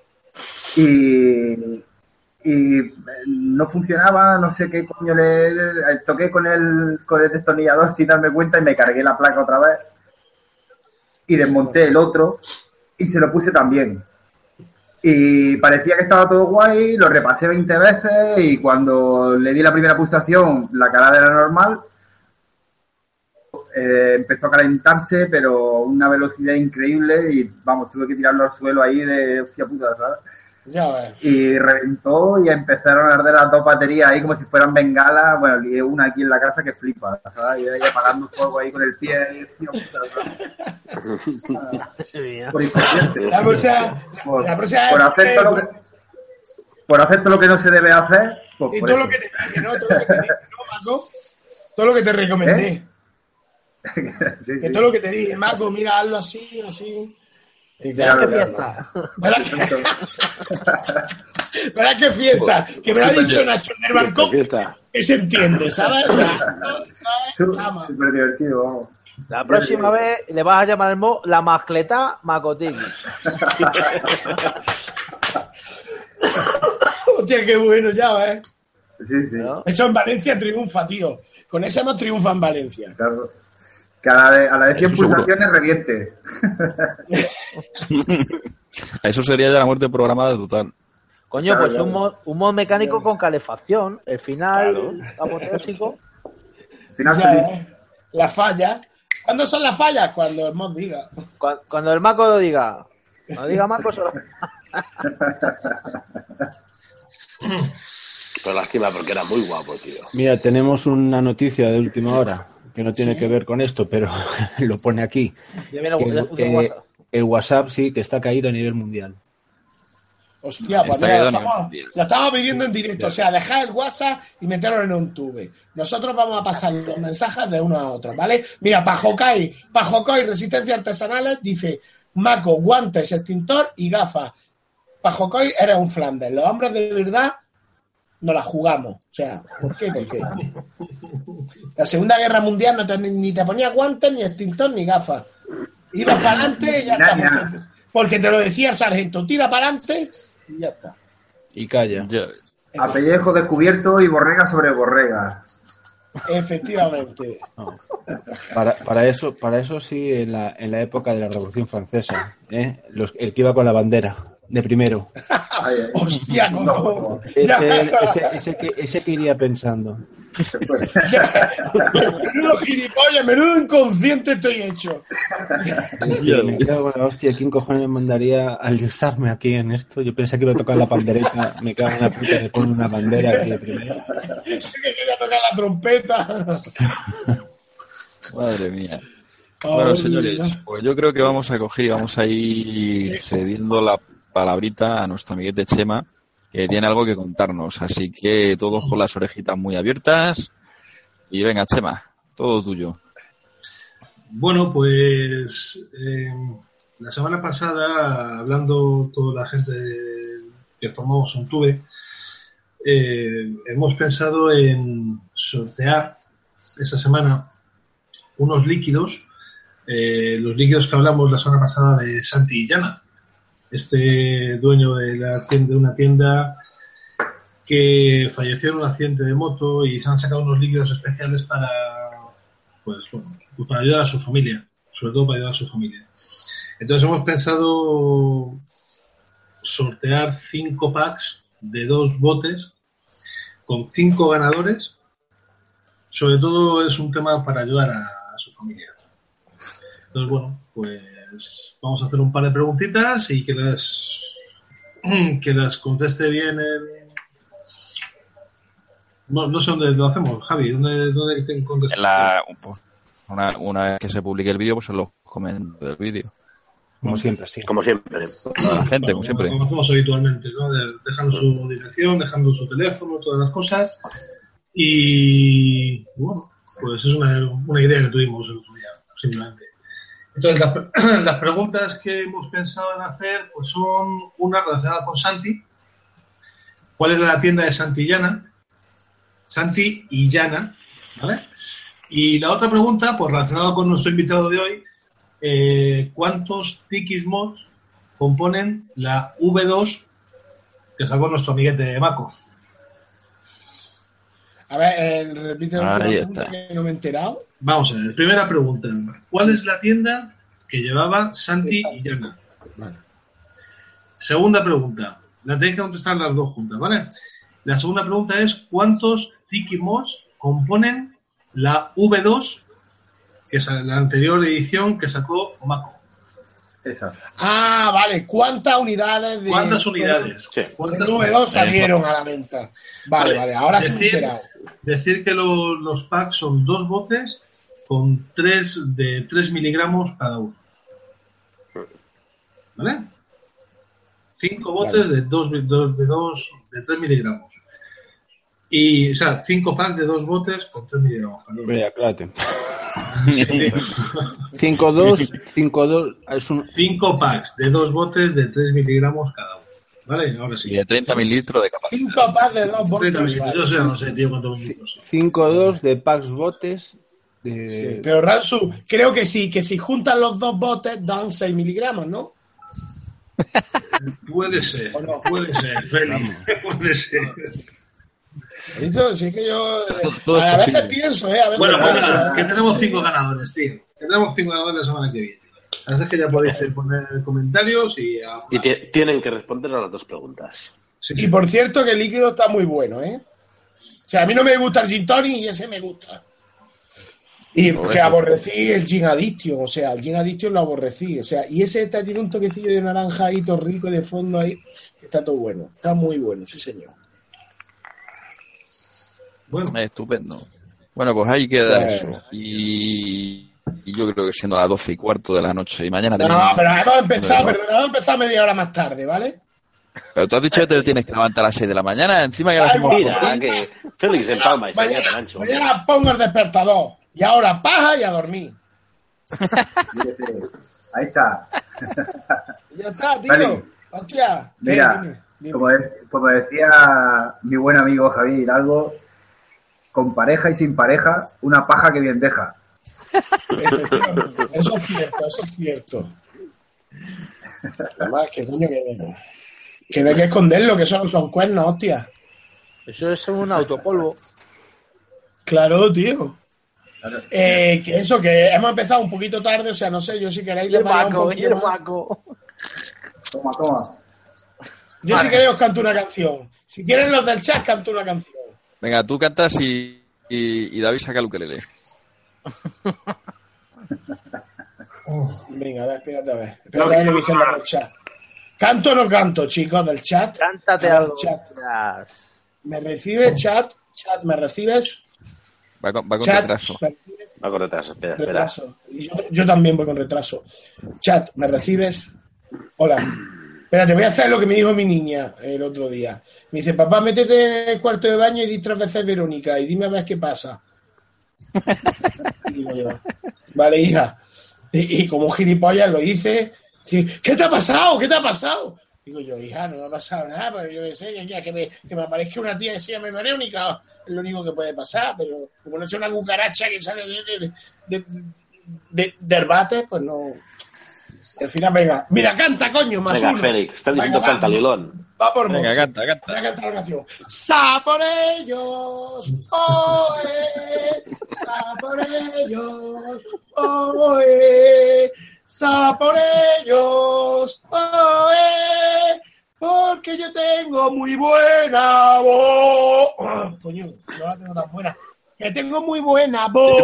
y, y no funcionaba, no sé qué coño le, le- toqué con el con el destornillador sin darme cuenta y me cargué la placa otra vez y desmonté el otro y se lo puse también. Y parecía que estaba todo guay, lo repasé veinte veces y cuando le di la primera pulsación la calada era normal. Eh, empezó a calentarse, pero a una velocidad increíble y vamos, tuve que tirarlo al suelo ahí de hostia puta, ¿sabes? Ya ves. Y reventó y empezaron a arder las dos baterías ahí como si fueran bengalas. Bueno, lié una aquí en la casa que flipa, ¿sabes? Y ahí apagando fuego ahí con el pie. Y, hostia puta, ¿sabes? Por inconsciente. La próxima, Por, la próxima por vez- hacer todo lo que, por hacer todo lo que no se debe hacer, pues Y por todo eso. lo que te dije, ¿no? Todo lo que te dije, ¿no, Marco? Todo lo que te recomendé. ¿Eh? Sí, Que sí. todo lo que te dije, Marco, mira, hazlo así, así. Y Verás claro, qué claro. fiesta. verás que- verás qué fiesta. Que me lo ha dicho Nacho en el balcón, Fiesta. que se entiende, ¿sabes? O sea, no, no, vamos. Súper divertido, vamos. La próxima vez le vas a llamar al mo la mascleta Macotigui. Hostia, qué bueno, ya ves. Sí, sí, ¿No? Eso en Valencia triunfa, tío. Con ese hemos triunfa en Valencia. claro. Que a la de, a la de cien Eso seguro. pulsaciones reviente. Eso sería ya la muerte programada total. Coño, Claro, pues claro. un mod, un mod mecánico con calefacción. El final Claro. apoteósico. Al final Ya feliz. ves. Las fallas. ¿Cuándo son las fallas? Cuando el mod diga. Cuando, cuando el Maco lo diga. Cuando diga Maco, solo. Pero lástima porque era muy guapo, tío. Mira, tenemos una noticia de última hora que no tiene ¿Sí? que ver con esto, pero lo pone aquí. Ya viene, el, ya eh, WhatsApp. el WhatsApp sí que está caído a nivel mundial. Hostia, pues mira, lo, estamos, lo estamos viviendo en directo. O sea, dejar el WhatsApp y meterlo en un tube. Nosotros vamos a pasar los mensajes de uno a otro, ¿vale? Mira, Pajokai, Pajokai Resistencia Artesanales dice: Mako, guantes, extintor y gafas. Pajokai era un Flanders. Los hombres de verdad nos la jugamos. O sea, ¿por qué? ¿Por qué? La Segunda Guerra Mundial no te, ni te ponía guantes, ni extintor, ni gafas. Ibas para adelante y ya está. Porque, porque te lo decía el sargento, tira para adelante y ya está. Y calla. Ya. A pellejo descubierto y borrega sobre borrega. Efectivamente. No. Para, para eso, para eso sí, en la, en la época de la Revolución Francesa, ¿eh? Los, el que iba con la bandera, de primero. Ay, ay. Hostia, con todo. Ese, ese, ese, que, ese que iría pensando. Menudo gilipollas, menudo inconsciente estoy hecho. Tío, me cago en la hostia, ¿quién cojones me mandaría a alistarme aquí en esto? Yo pensé que iba a tocar la pandereta, me cago en la puta y me pone una bandera aquí de primero. Yo que quería tocar la trompeta. Madre mía. Bueno, señores, pues yo creo que vamos a coger y vamos a ir cediendo la palabrita a nuestro amiguete Chema, que tiene algo que contarnos. Así que todos con las orejitas muy abiertas. Y venga, Chema, todo tuyo. Bueno, pues eh, la semana pasada, hablando toda la gente que formamos Ontube, eh, hemos pensado en sortear esta semana unos líquidos, eh, los líquidos que hablamos la semana pasada de Santi Illana, este dueño de, la tienda, de una tienda que falleció en un accidente de moto y se han sacado unos líquidos especiales para, pues, bueno, pues para ayudar a su familia, sobre todo para ayudar a su familia. Entonces hemos pensado sortear cinco packs de dos botes con cinco ganadores. Sobre todo es un tema para ayudar a, a su familia. Entonces, bueno, pues vamos a hacer un par de preguntitas y que las que las conteste bien el... No, no sé dónde lo hacemos, Javi, ¿dónde, dónde te contestas? La, pues, una, una vez que se publique el vídeo, pues en los comentarios del vídeo. Como siempre, sí. Como siempre. A la gente, como siempre. Como hacemos habitualmente, ¿no? Dejando su dirección, dejando su teléfono, todas las cosas. Y bueno, pues es una, una idea que tuvimos el otro día, simplemente. Entonces, las, las preguntas que hemos pensado en hacer pues son una relacionada con Santi. ¿Cuál es la tienda de Santi Illana? Santi Illana, ¿vale? Y la otra pregunta, pues relacionada con nuestro invitado de hoy, eh, ¿cuántos Tikis Mods componen la V dos que sacó nuestro amiguete de Mako? A ver, eh, repite la Ahí pregunta está. que no me he enterado. Vamos a ver, primera pregunta. ¿Cuál es la tienda que llevaba Santi Illana? Vale. Segunda pregunta. La tenéis que contestar las dos juntas, ¿vale? La segunda pregunta es ¿cuántos Tiki Mods componen la V dos, que es la anterior edición que sacó Mako? Exacto. Ah, vale. ¿Cuántas unidades de ¿Cuántas unidades? Sí. ¿Cuántas V dos salieron a la venta? Vale, vale. Vale. Ahora sí me he Decir- enterado. Decir que lo- los packs son dos botes con tres de tres miligramos cada uno. ¿Vale? Cinco botes de dos, de dos, de dos de tres miligramos. Y, o sea, cinco packs de dos botes con tres miligramos. cada uno. Hombre, aclárate. Sí. cinco dos, cinco dos, es un... Cinco packs de dos botes de tres miligramos cada uno. ¿Vale? Ahora Y sí. de treinta mililitros de capacidad. Cinco packs de dos botes. treinta mililitros. Yo Vale. sé, no sé, tío, cuántos mililitros son. cinco dos de packs botes Sí, de... pero Ransu, creo que sí, que si juntan los dos botes dan seis miligramos, ¿no? Puede ser, ¿O no? puede ser, Félix. Puede ser. ¿Visto? Sí que yo eh, Todo es a veces posible. pienso, ¿eh? A veces Bueno, pues pienso, nada, ¿eh? que tenemos cinco ganadores, tío. Que tenemos cinco ganadores la semana que viene. Así es que ya podéis eh, poner comentarios y... a- Y ti- tienen que responder a las dos preguntas. Sí, Y sí. por cierto que el líquido está muy bueno, ¿eh? O sea, a mí no me gusta el gin tonic y ese me gusta. Y Por que eso. aborrecí el gin addiction, o sea, el gin addiction lo aborrecí, o sea, y ese está, tiene un toquecillo de naranjadito rico de fondo ahí, está todo bueno, está muy bueno, sí señor. Bueno, Estupendo. Bueno, pues ahí queda Bueno. eso. Y, y yo creo que siendo las doce y cuarto de la noche y mañana No, tenemos- pero hemos empezado, No, perdón, hemos empezado media hora más tarde, ¿vale? Pero tú has dicho que te tienes que levantar a las seis de la mañana, encima que lo Ay, hacemos por Mira, ti. que Félix en Palma y se Mañana, Nacho. mañana pongo el despertador. Y ahora paja y a dormir. Ahí está. Ya está, tío. Vale. Hostia. Mira, Dime, dime. Como, de- como decía mi buen amigo Javier Hidalgo, con pareja y sin pareja, una paja que bien deja. Efectivamente. Eso es cierto, eso es cierto. Además, que coño que, que no hay que esconderlo, que solo son cuernos, hostia. Eso es un autopolvo. Claro, tío. Eh, que eso, que hemos empezado un poquito tarde, o sea, no sé, yo si queréis Y el desvariar un Paco, y poquito el más. Paco. Toma, toma. Yo si queréis os canto una canción. Si quieren los del chat, canto una canción. Venga, tú cantas y, y, y David saca el ukelele. Venga, a ver, espérate a ver. Espérate a ver lo que dicen los del chat. ¿Canto o no canto, chicos, del chat? Cántate A ver, algo. chat. Ostras. ¿Me recibes, chat? Chat, ¿me recibes? Va con, va con Chat, retraso. ¿me recibes? Va con retraso, espera, espera. Retraso. Y yo, yo también voy con retraso. Chat, ¿me recibes? Hola. Espérate, voy a hacer lo que me dijo mi niña el otro día. Me dice, papá, métete en el cuarto de baño y di tres veces Verónica y dime a ver qué pasa. Y digo yo, vale, hija. Y, y como un gilipollas lo hice. Dice, ¿qué te ha pasado? ¿Qué te ha pasado? Digo yo, hija, no me ha pasado nada, pero yo qué sé, que, que, me, que me aparezca una tía que se llame Verónica es lo único que puede pasar, pero como no es una cucaracha que sale de, de, de, de, de, del bate, pues no. Al final, venga, mira, canta, coño, más Venga, uno. Félix, está diciendo Venga, va, cantalilón. Va por Venga, vos. canta, Voy a canta. cantar la canción. Saborellos, oe, saborellos, oe, saborellos, oe, porque yo tengo muy buena voz. Ah, coño, no la tengo tan buena. Que tengo muy buena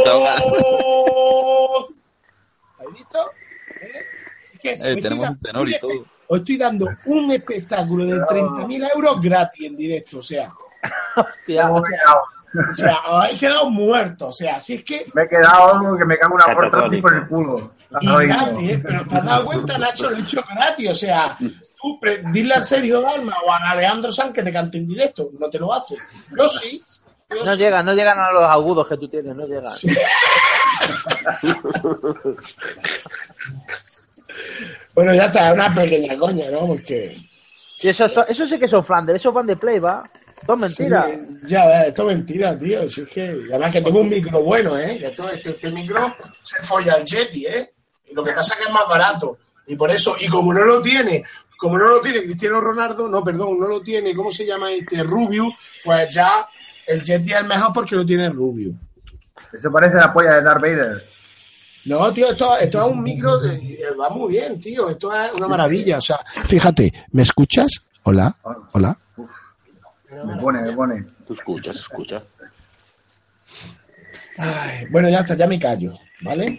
voz. ¿Has visto? ¿Eh? Es que Eh, hoy tenemos estoy un tenor y da- todo. Os estoy dando un espectáculo de treinta mil euros gratis en directo, o sea, Hostia. o sea, o sea, os habéis quedado muertos, o sea, si es que Me he quedado que me cago una puerta así Catatónico. por el culo. y Ay, no. gratis, ¿eh? Pero te has dado cuenta, Nacho, lo he hecho gratis, o sea, tú pre- dile a Sergio Dalma o a Alejandro Sanz que te cante en directo, no te lo hace. Yo sí. Yo No sí. llegan, no llegan a los agudos que tú tienes, no llegan. Sí. Bueno, ya está, es una pequeña coña, ¿no? Porque Sí, eso, eso, eso sí que son Flanders, esos van de play, va. Son mentiras. sí, ya ves, esto es mentira, tío. Si es que, además que tengo un micro bueno, ¿eh? Que esto- este, este micro se folla el Yeti, ¿eh? Y lo que pasa es que es más barato. Y por eso, y como no lo tiene, como no lo tiene Cristiano Ronaldo, no, perdón, no lo tiene, ¿cómo se llama este? Rubio, pues ya el Yeti es el mejor porque lo tiene Rubio. Eso parece la polla de Darth Vader. No, tío, esto, esto es un micro, de- eh, va muy bien, tío. Esto es una maravilla. O sea, fíjate, ¿me escuchas? Hola, hola. Me pone, me pone. Tú escuchas, escucha. Ay, bueno, ya está, ya me callo, ¿vale?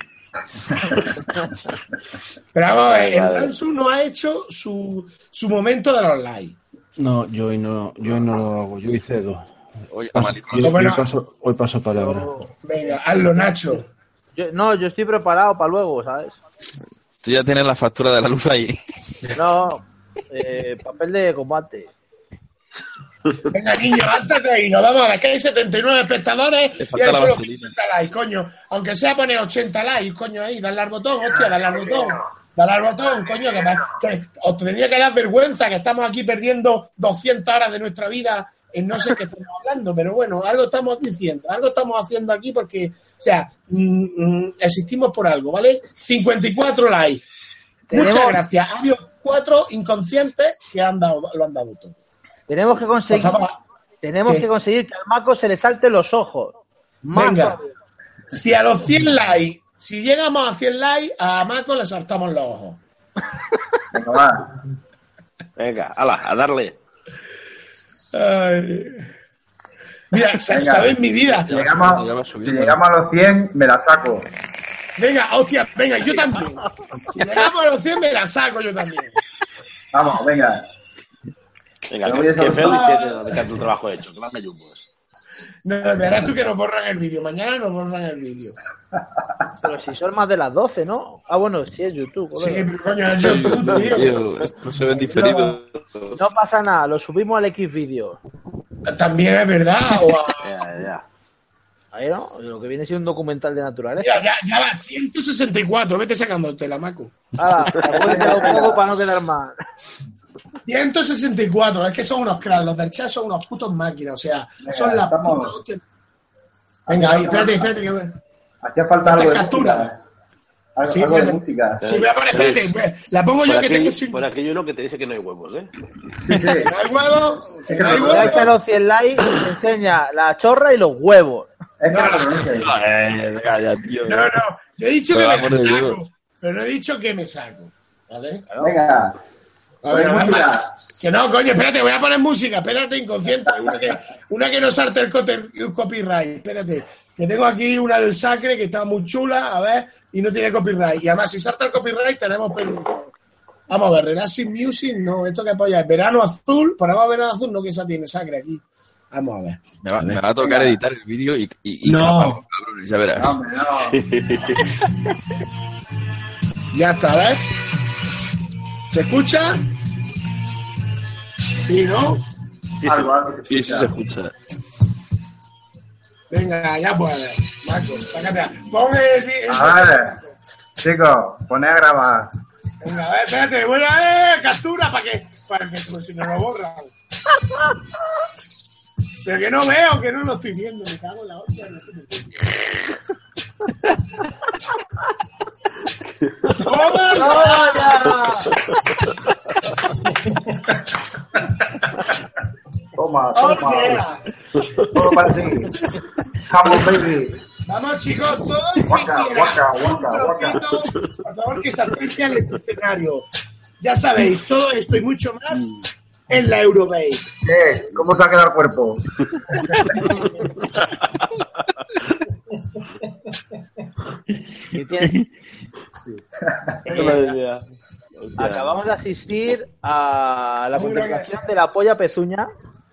Pero vamos, el Lanzu no ha hecho su, su momento de los likes. No, yo hoy no, yo hoy no lo hago. Yo hice dos. Hoy, Paso- Amalito, yo- Bueno. yo paso, hoy paso palabra. Venga, hazlo, Nacho. Yo- no, yo estoy preparado para luego, ¿sabes? tú ya tienes la factura de la luz ahí. No, eh, papel de combate. Venga, niño, antes de irnos, vamos a ver, que hay setenta y nueve espectadores Le y falta hay la solo vaselina. cincuenta likes, coño. Aunque sea poner ochenta likes, coño, ahí, dale al botón, hostia, dale al botón. Dale al botón, coño, que, me- que os tendría que dar vergüenza que estamos aquí perdiendo doscientas horas de nuestra vida en no sé qué estamos hablando, pero bueno, algo estamos diciendo, algo estamos haciendo aquí porque, o sea, mm, mm, existimos por algo, ¿vale? cincuenta y cuatro likes. Tenemos- Muchas gracias. Ha habido cuatro inconscientes que han dado, lo han dado todo. Tenemos que conseguir, Por favor. tenemos ¿Qué? que conseguir que al Maco se le salten los ojos. Más Venga, todavía. si a los cien likes, si llegamos a cien likes, a Mako le saltamos los ojos. Venga, va. Venga, ala, a darle. Ay. Mira, sa- Venga. sabéis mi vida. Si llegamos, ya va si subiendo. llegamos a los cien, me la saco. Venga, hostia, venga, yo también. Si llegamos a los cien, me la saco yo también. Vamos, venga. Venga, Me voy a que, que saludar. Félix tiene dedicar tu trabajo hecho, que más me yumbos. No, verás tú que nos borran el vídeo. Mañana nos borran el vídeo. Pero si son más de las doce, ¿no? Ah, bueno, sí es YouTube. Sí, colega. pero coño, es Sí, YouTube, no, tío. tío, esto se ve en diferido. No pasa nada, lo subimos al X vídeo. También es verdad. O a... Ya, ya. Ahí, ¿no? Lo que viene siendo un documental de naturaleza. Mira, ya, ya va ciento sesenta y cuatro. Vete sacándote la Macu. Ah, acuérdate un poco para no quedar mal. ciento sesenta y cuatro. Es que son unos cracks. Los del chat son unos putos máquinas. O sea, son las estamos- putas hostias. Venga, ahí, espérate, espérate. Que... Hacía falta Haces algo de captura. música. Algo, Sí, algo de espérate. música. Sí, voy a poner, espérate. pues, La pongo Por yo que aquí, tengo sin... por aquí hay uno que te dice que no hay huevos, ¿eh? Sí, sí. No hay huevo. Es que No hay no- Ya que a huevo. los cien likes te enseña la chorra y los huevos. Es que No, no no. lo pronuncia. Eh, calla, tío. No, no. Yo he dicho Por que el me amor la de saco. Dios. Pero no he dicho que me saco. ¿Vale? Venga. A ver, Pon además, música. que no, coño, espérate, voy a poner música, espérate, inconsciente. Una que, una que no salte el cote- el copyright, espérate. Que tengo aquí una del Sacre que está muy chula, a ver, y no tiene copyright. Y además, si salta el copyright, tenemos permiso. Vamos a ver, Relaxing Music, no, esto que apoya es Verano Azul, ponemos Verano Azul, no que esa tiene Sacre aquí. Vamos a ver. Me va, me va a tocar editar el vídeo y, y, y No. caparlo, cabrones, ya verás. No, hombre, no. Ya está, ¿ves? ¿Se escucha? Sí, ¿no? Algo, algo que se Sí, sí se escucha. escucha. Venga, ya puedes. Marco, sácate. a- Pon el, el- A ver, chicos, poned a grabar. Venga, a ver, espérate, voy a ver, captura para que, para que pues, si me lo borran. Pero que no veo, que no lo estoy viendo, me cago en la hostia. No sé por qué. ¡Joder! Toma, toma. ¡Hostia! Todo para ti. Come on, baby. Vamos, chicos, todos que Guaca, quieran guaca, un guaca, guaca. trocito, por favor, que se acerque al escenario. Ya sabéis, todo esto y mucho más en la Eurobase. ¿Qué? ¿Cómo se ha quedado el cuerpo? Y tiene- Madre mía. Hostia. Acabamos de asistir a la contemplación de la polla pezuña.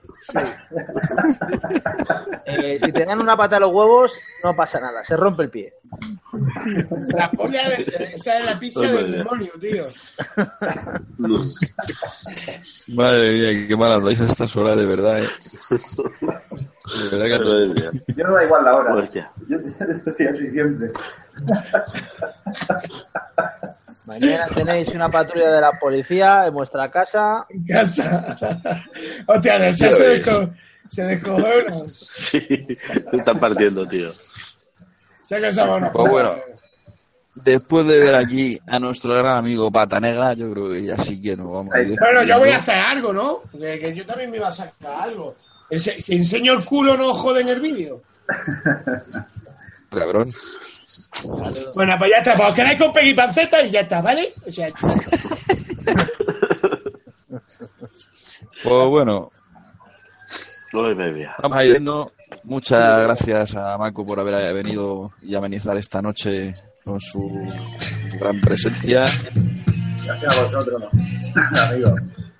Eh, si te dan una pata a los huevos, no pasa nada, se rompe el pie. La polla, de, esa es la pizza del demonio, tío. Madre mía, qué mal andáis a estas horas, de verdad, eh. De verdad que Madre mía. Yo no da igual la hora. Hostia. Yo estoy así siempre. Mañana tenéis una patrulla de la policía en vuestra casa. En casa. Hostia, en el chat se, desco, se descojona. Sí, se están partiendo, tío. Sé que somos unos Pues bueno, después de ver aquí a nuestro gran amigo Pata Negra, yo creo que ya sí que nos vamos a ir. Bueno, yo voy a hacer algo, ¿no? Que, que yo también me iba a sacar algo. Ense- Si enseño el culo, no joden el vídeo. Cabrón. Bueno, pues ya está. Pues os quedáis con Peggy Panceta y ya está, ¿vale? O sea, Pues bueno, Madre mía. vamos a ir viendo. Muchas gracias a Marco por haber venido y amenizar esta noche con su gran presencia. Gracias a vosotros, amigos.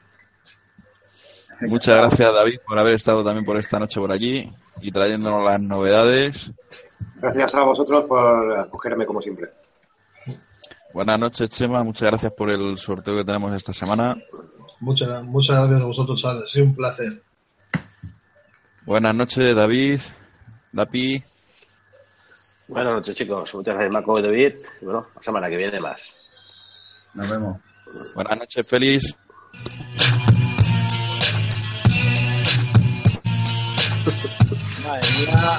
Muchas gracias, David, por haber estado también por esta noche por aquí y trayéndonos las novedades. Gracias a vosotros por acogerme como siempre. Buenas noches, Chema. Muchas gracias por el sorteo que tenemos esta semana. Muchas, muchas gracias a vosotros, chavales. Ha sido un placer. Buenas noches, David. Dapi. Buenas noches, chicos. Muchas gracias, Marco y David. Y bueno, la semana que viene más. Nos vemos. Buenas noches, Félix. Madre mía.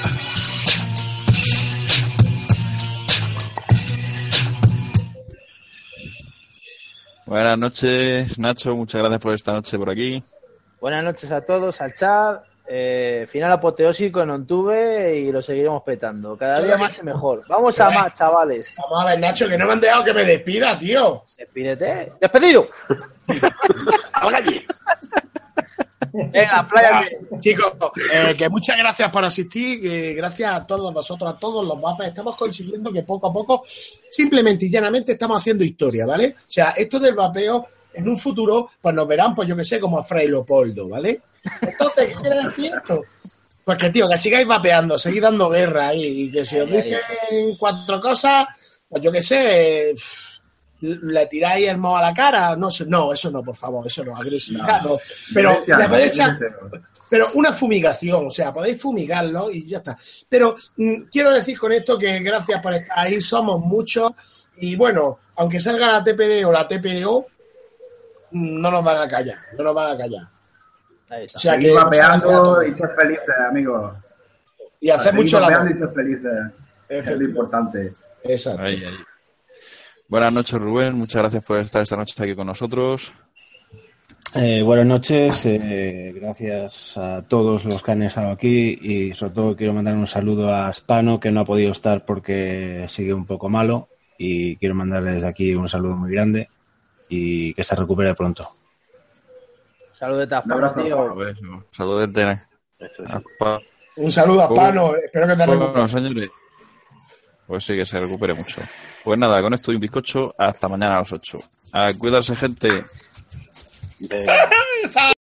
Buenas noches, Nacho. Muchas gracias por esta noche por aquí. Buenas noches a todos, al chat. Eh, final apoteósico en Ontube y lo seguiremos petando. Cada día más y mejor. Vamos a más, chavales. vamos a ver, Nacho, que no me han dejado que me despida, tío. Despídete. ¡Despedido! ¡Al calle! Venga, playa. Chicos, eh, que muchas gracias por asistir, que gracias a todos vosotros, a todos los mapas, estamos consiguiendo que poco a poco, simplemente y llanamente estamos haciendo historia, ¿vale? O sea, esto del vapeo, en un futuro, pues nos verán, pues yo que sé, como a Fray Leopoldo, ¿vale? Entonces, ¿qué quiere decir esto? Pues que, tío, que sigáis vapeando, seguid dando guerra ahí, y que si os Ay, ay, dicen cuatro cosas, pues yo qué sé, pff, le tiráis el moho a la cara, no sé, no, eso no, por favor, eso no, agresividad no, pero Violencia le no, podéis echar, violencia no. pero una fumigación, o sea, podéis fumigarlo y ya está. Pero mm, quiero decir con esto que gracias por estar ahí, somos muchos, y bueno, aunque salga la T P D o la T P O, mm, no nos van a callar, no nos van a callar. Ahí está. O sea, Seguid que muchas gracias a vapeando todos. y ser felices, amigos. Y hacer Seguid mucho vapeando labor. y ser felices. Es lo importante. Exacto. Ahí, ahí. Buenas noches, Rubén. Muchas gracias por estar esta noche aquí con nosotros. Eh, buenas noches, eh, gracias a todos los que han estado aquí y sobre todo quiero mandar un saludo a Spano, que no ha podido estar porque sigue un poco malo, y quiero mandarle desde aquí un saludo muy grande y que se recupere pronto. Saludete a Un abrazo, Spano, tío. Pues, saludete. Eso es. Pa- Un saludo a Pano, espero que te Bueno, recuperes. señores. Pues sí, que se recupere mucho. Pues nada, con esto y un bizcocho, hasta mañana a las ocho. A cuidarse, gente. Venga.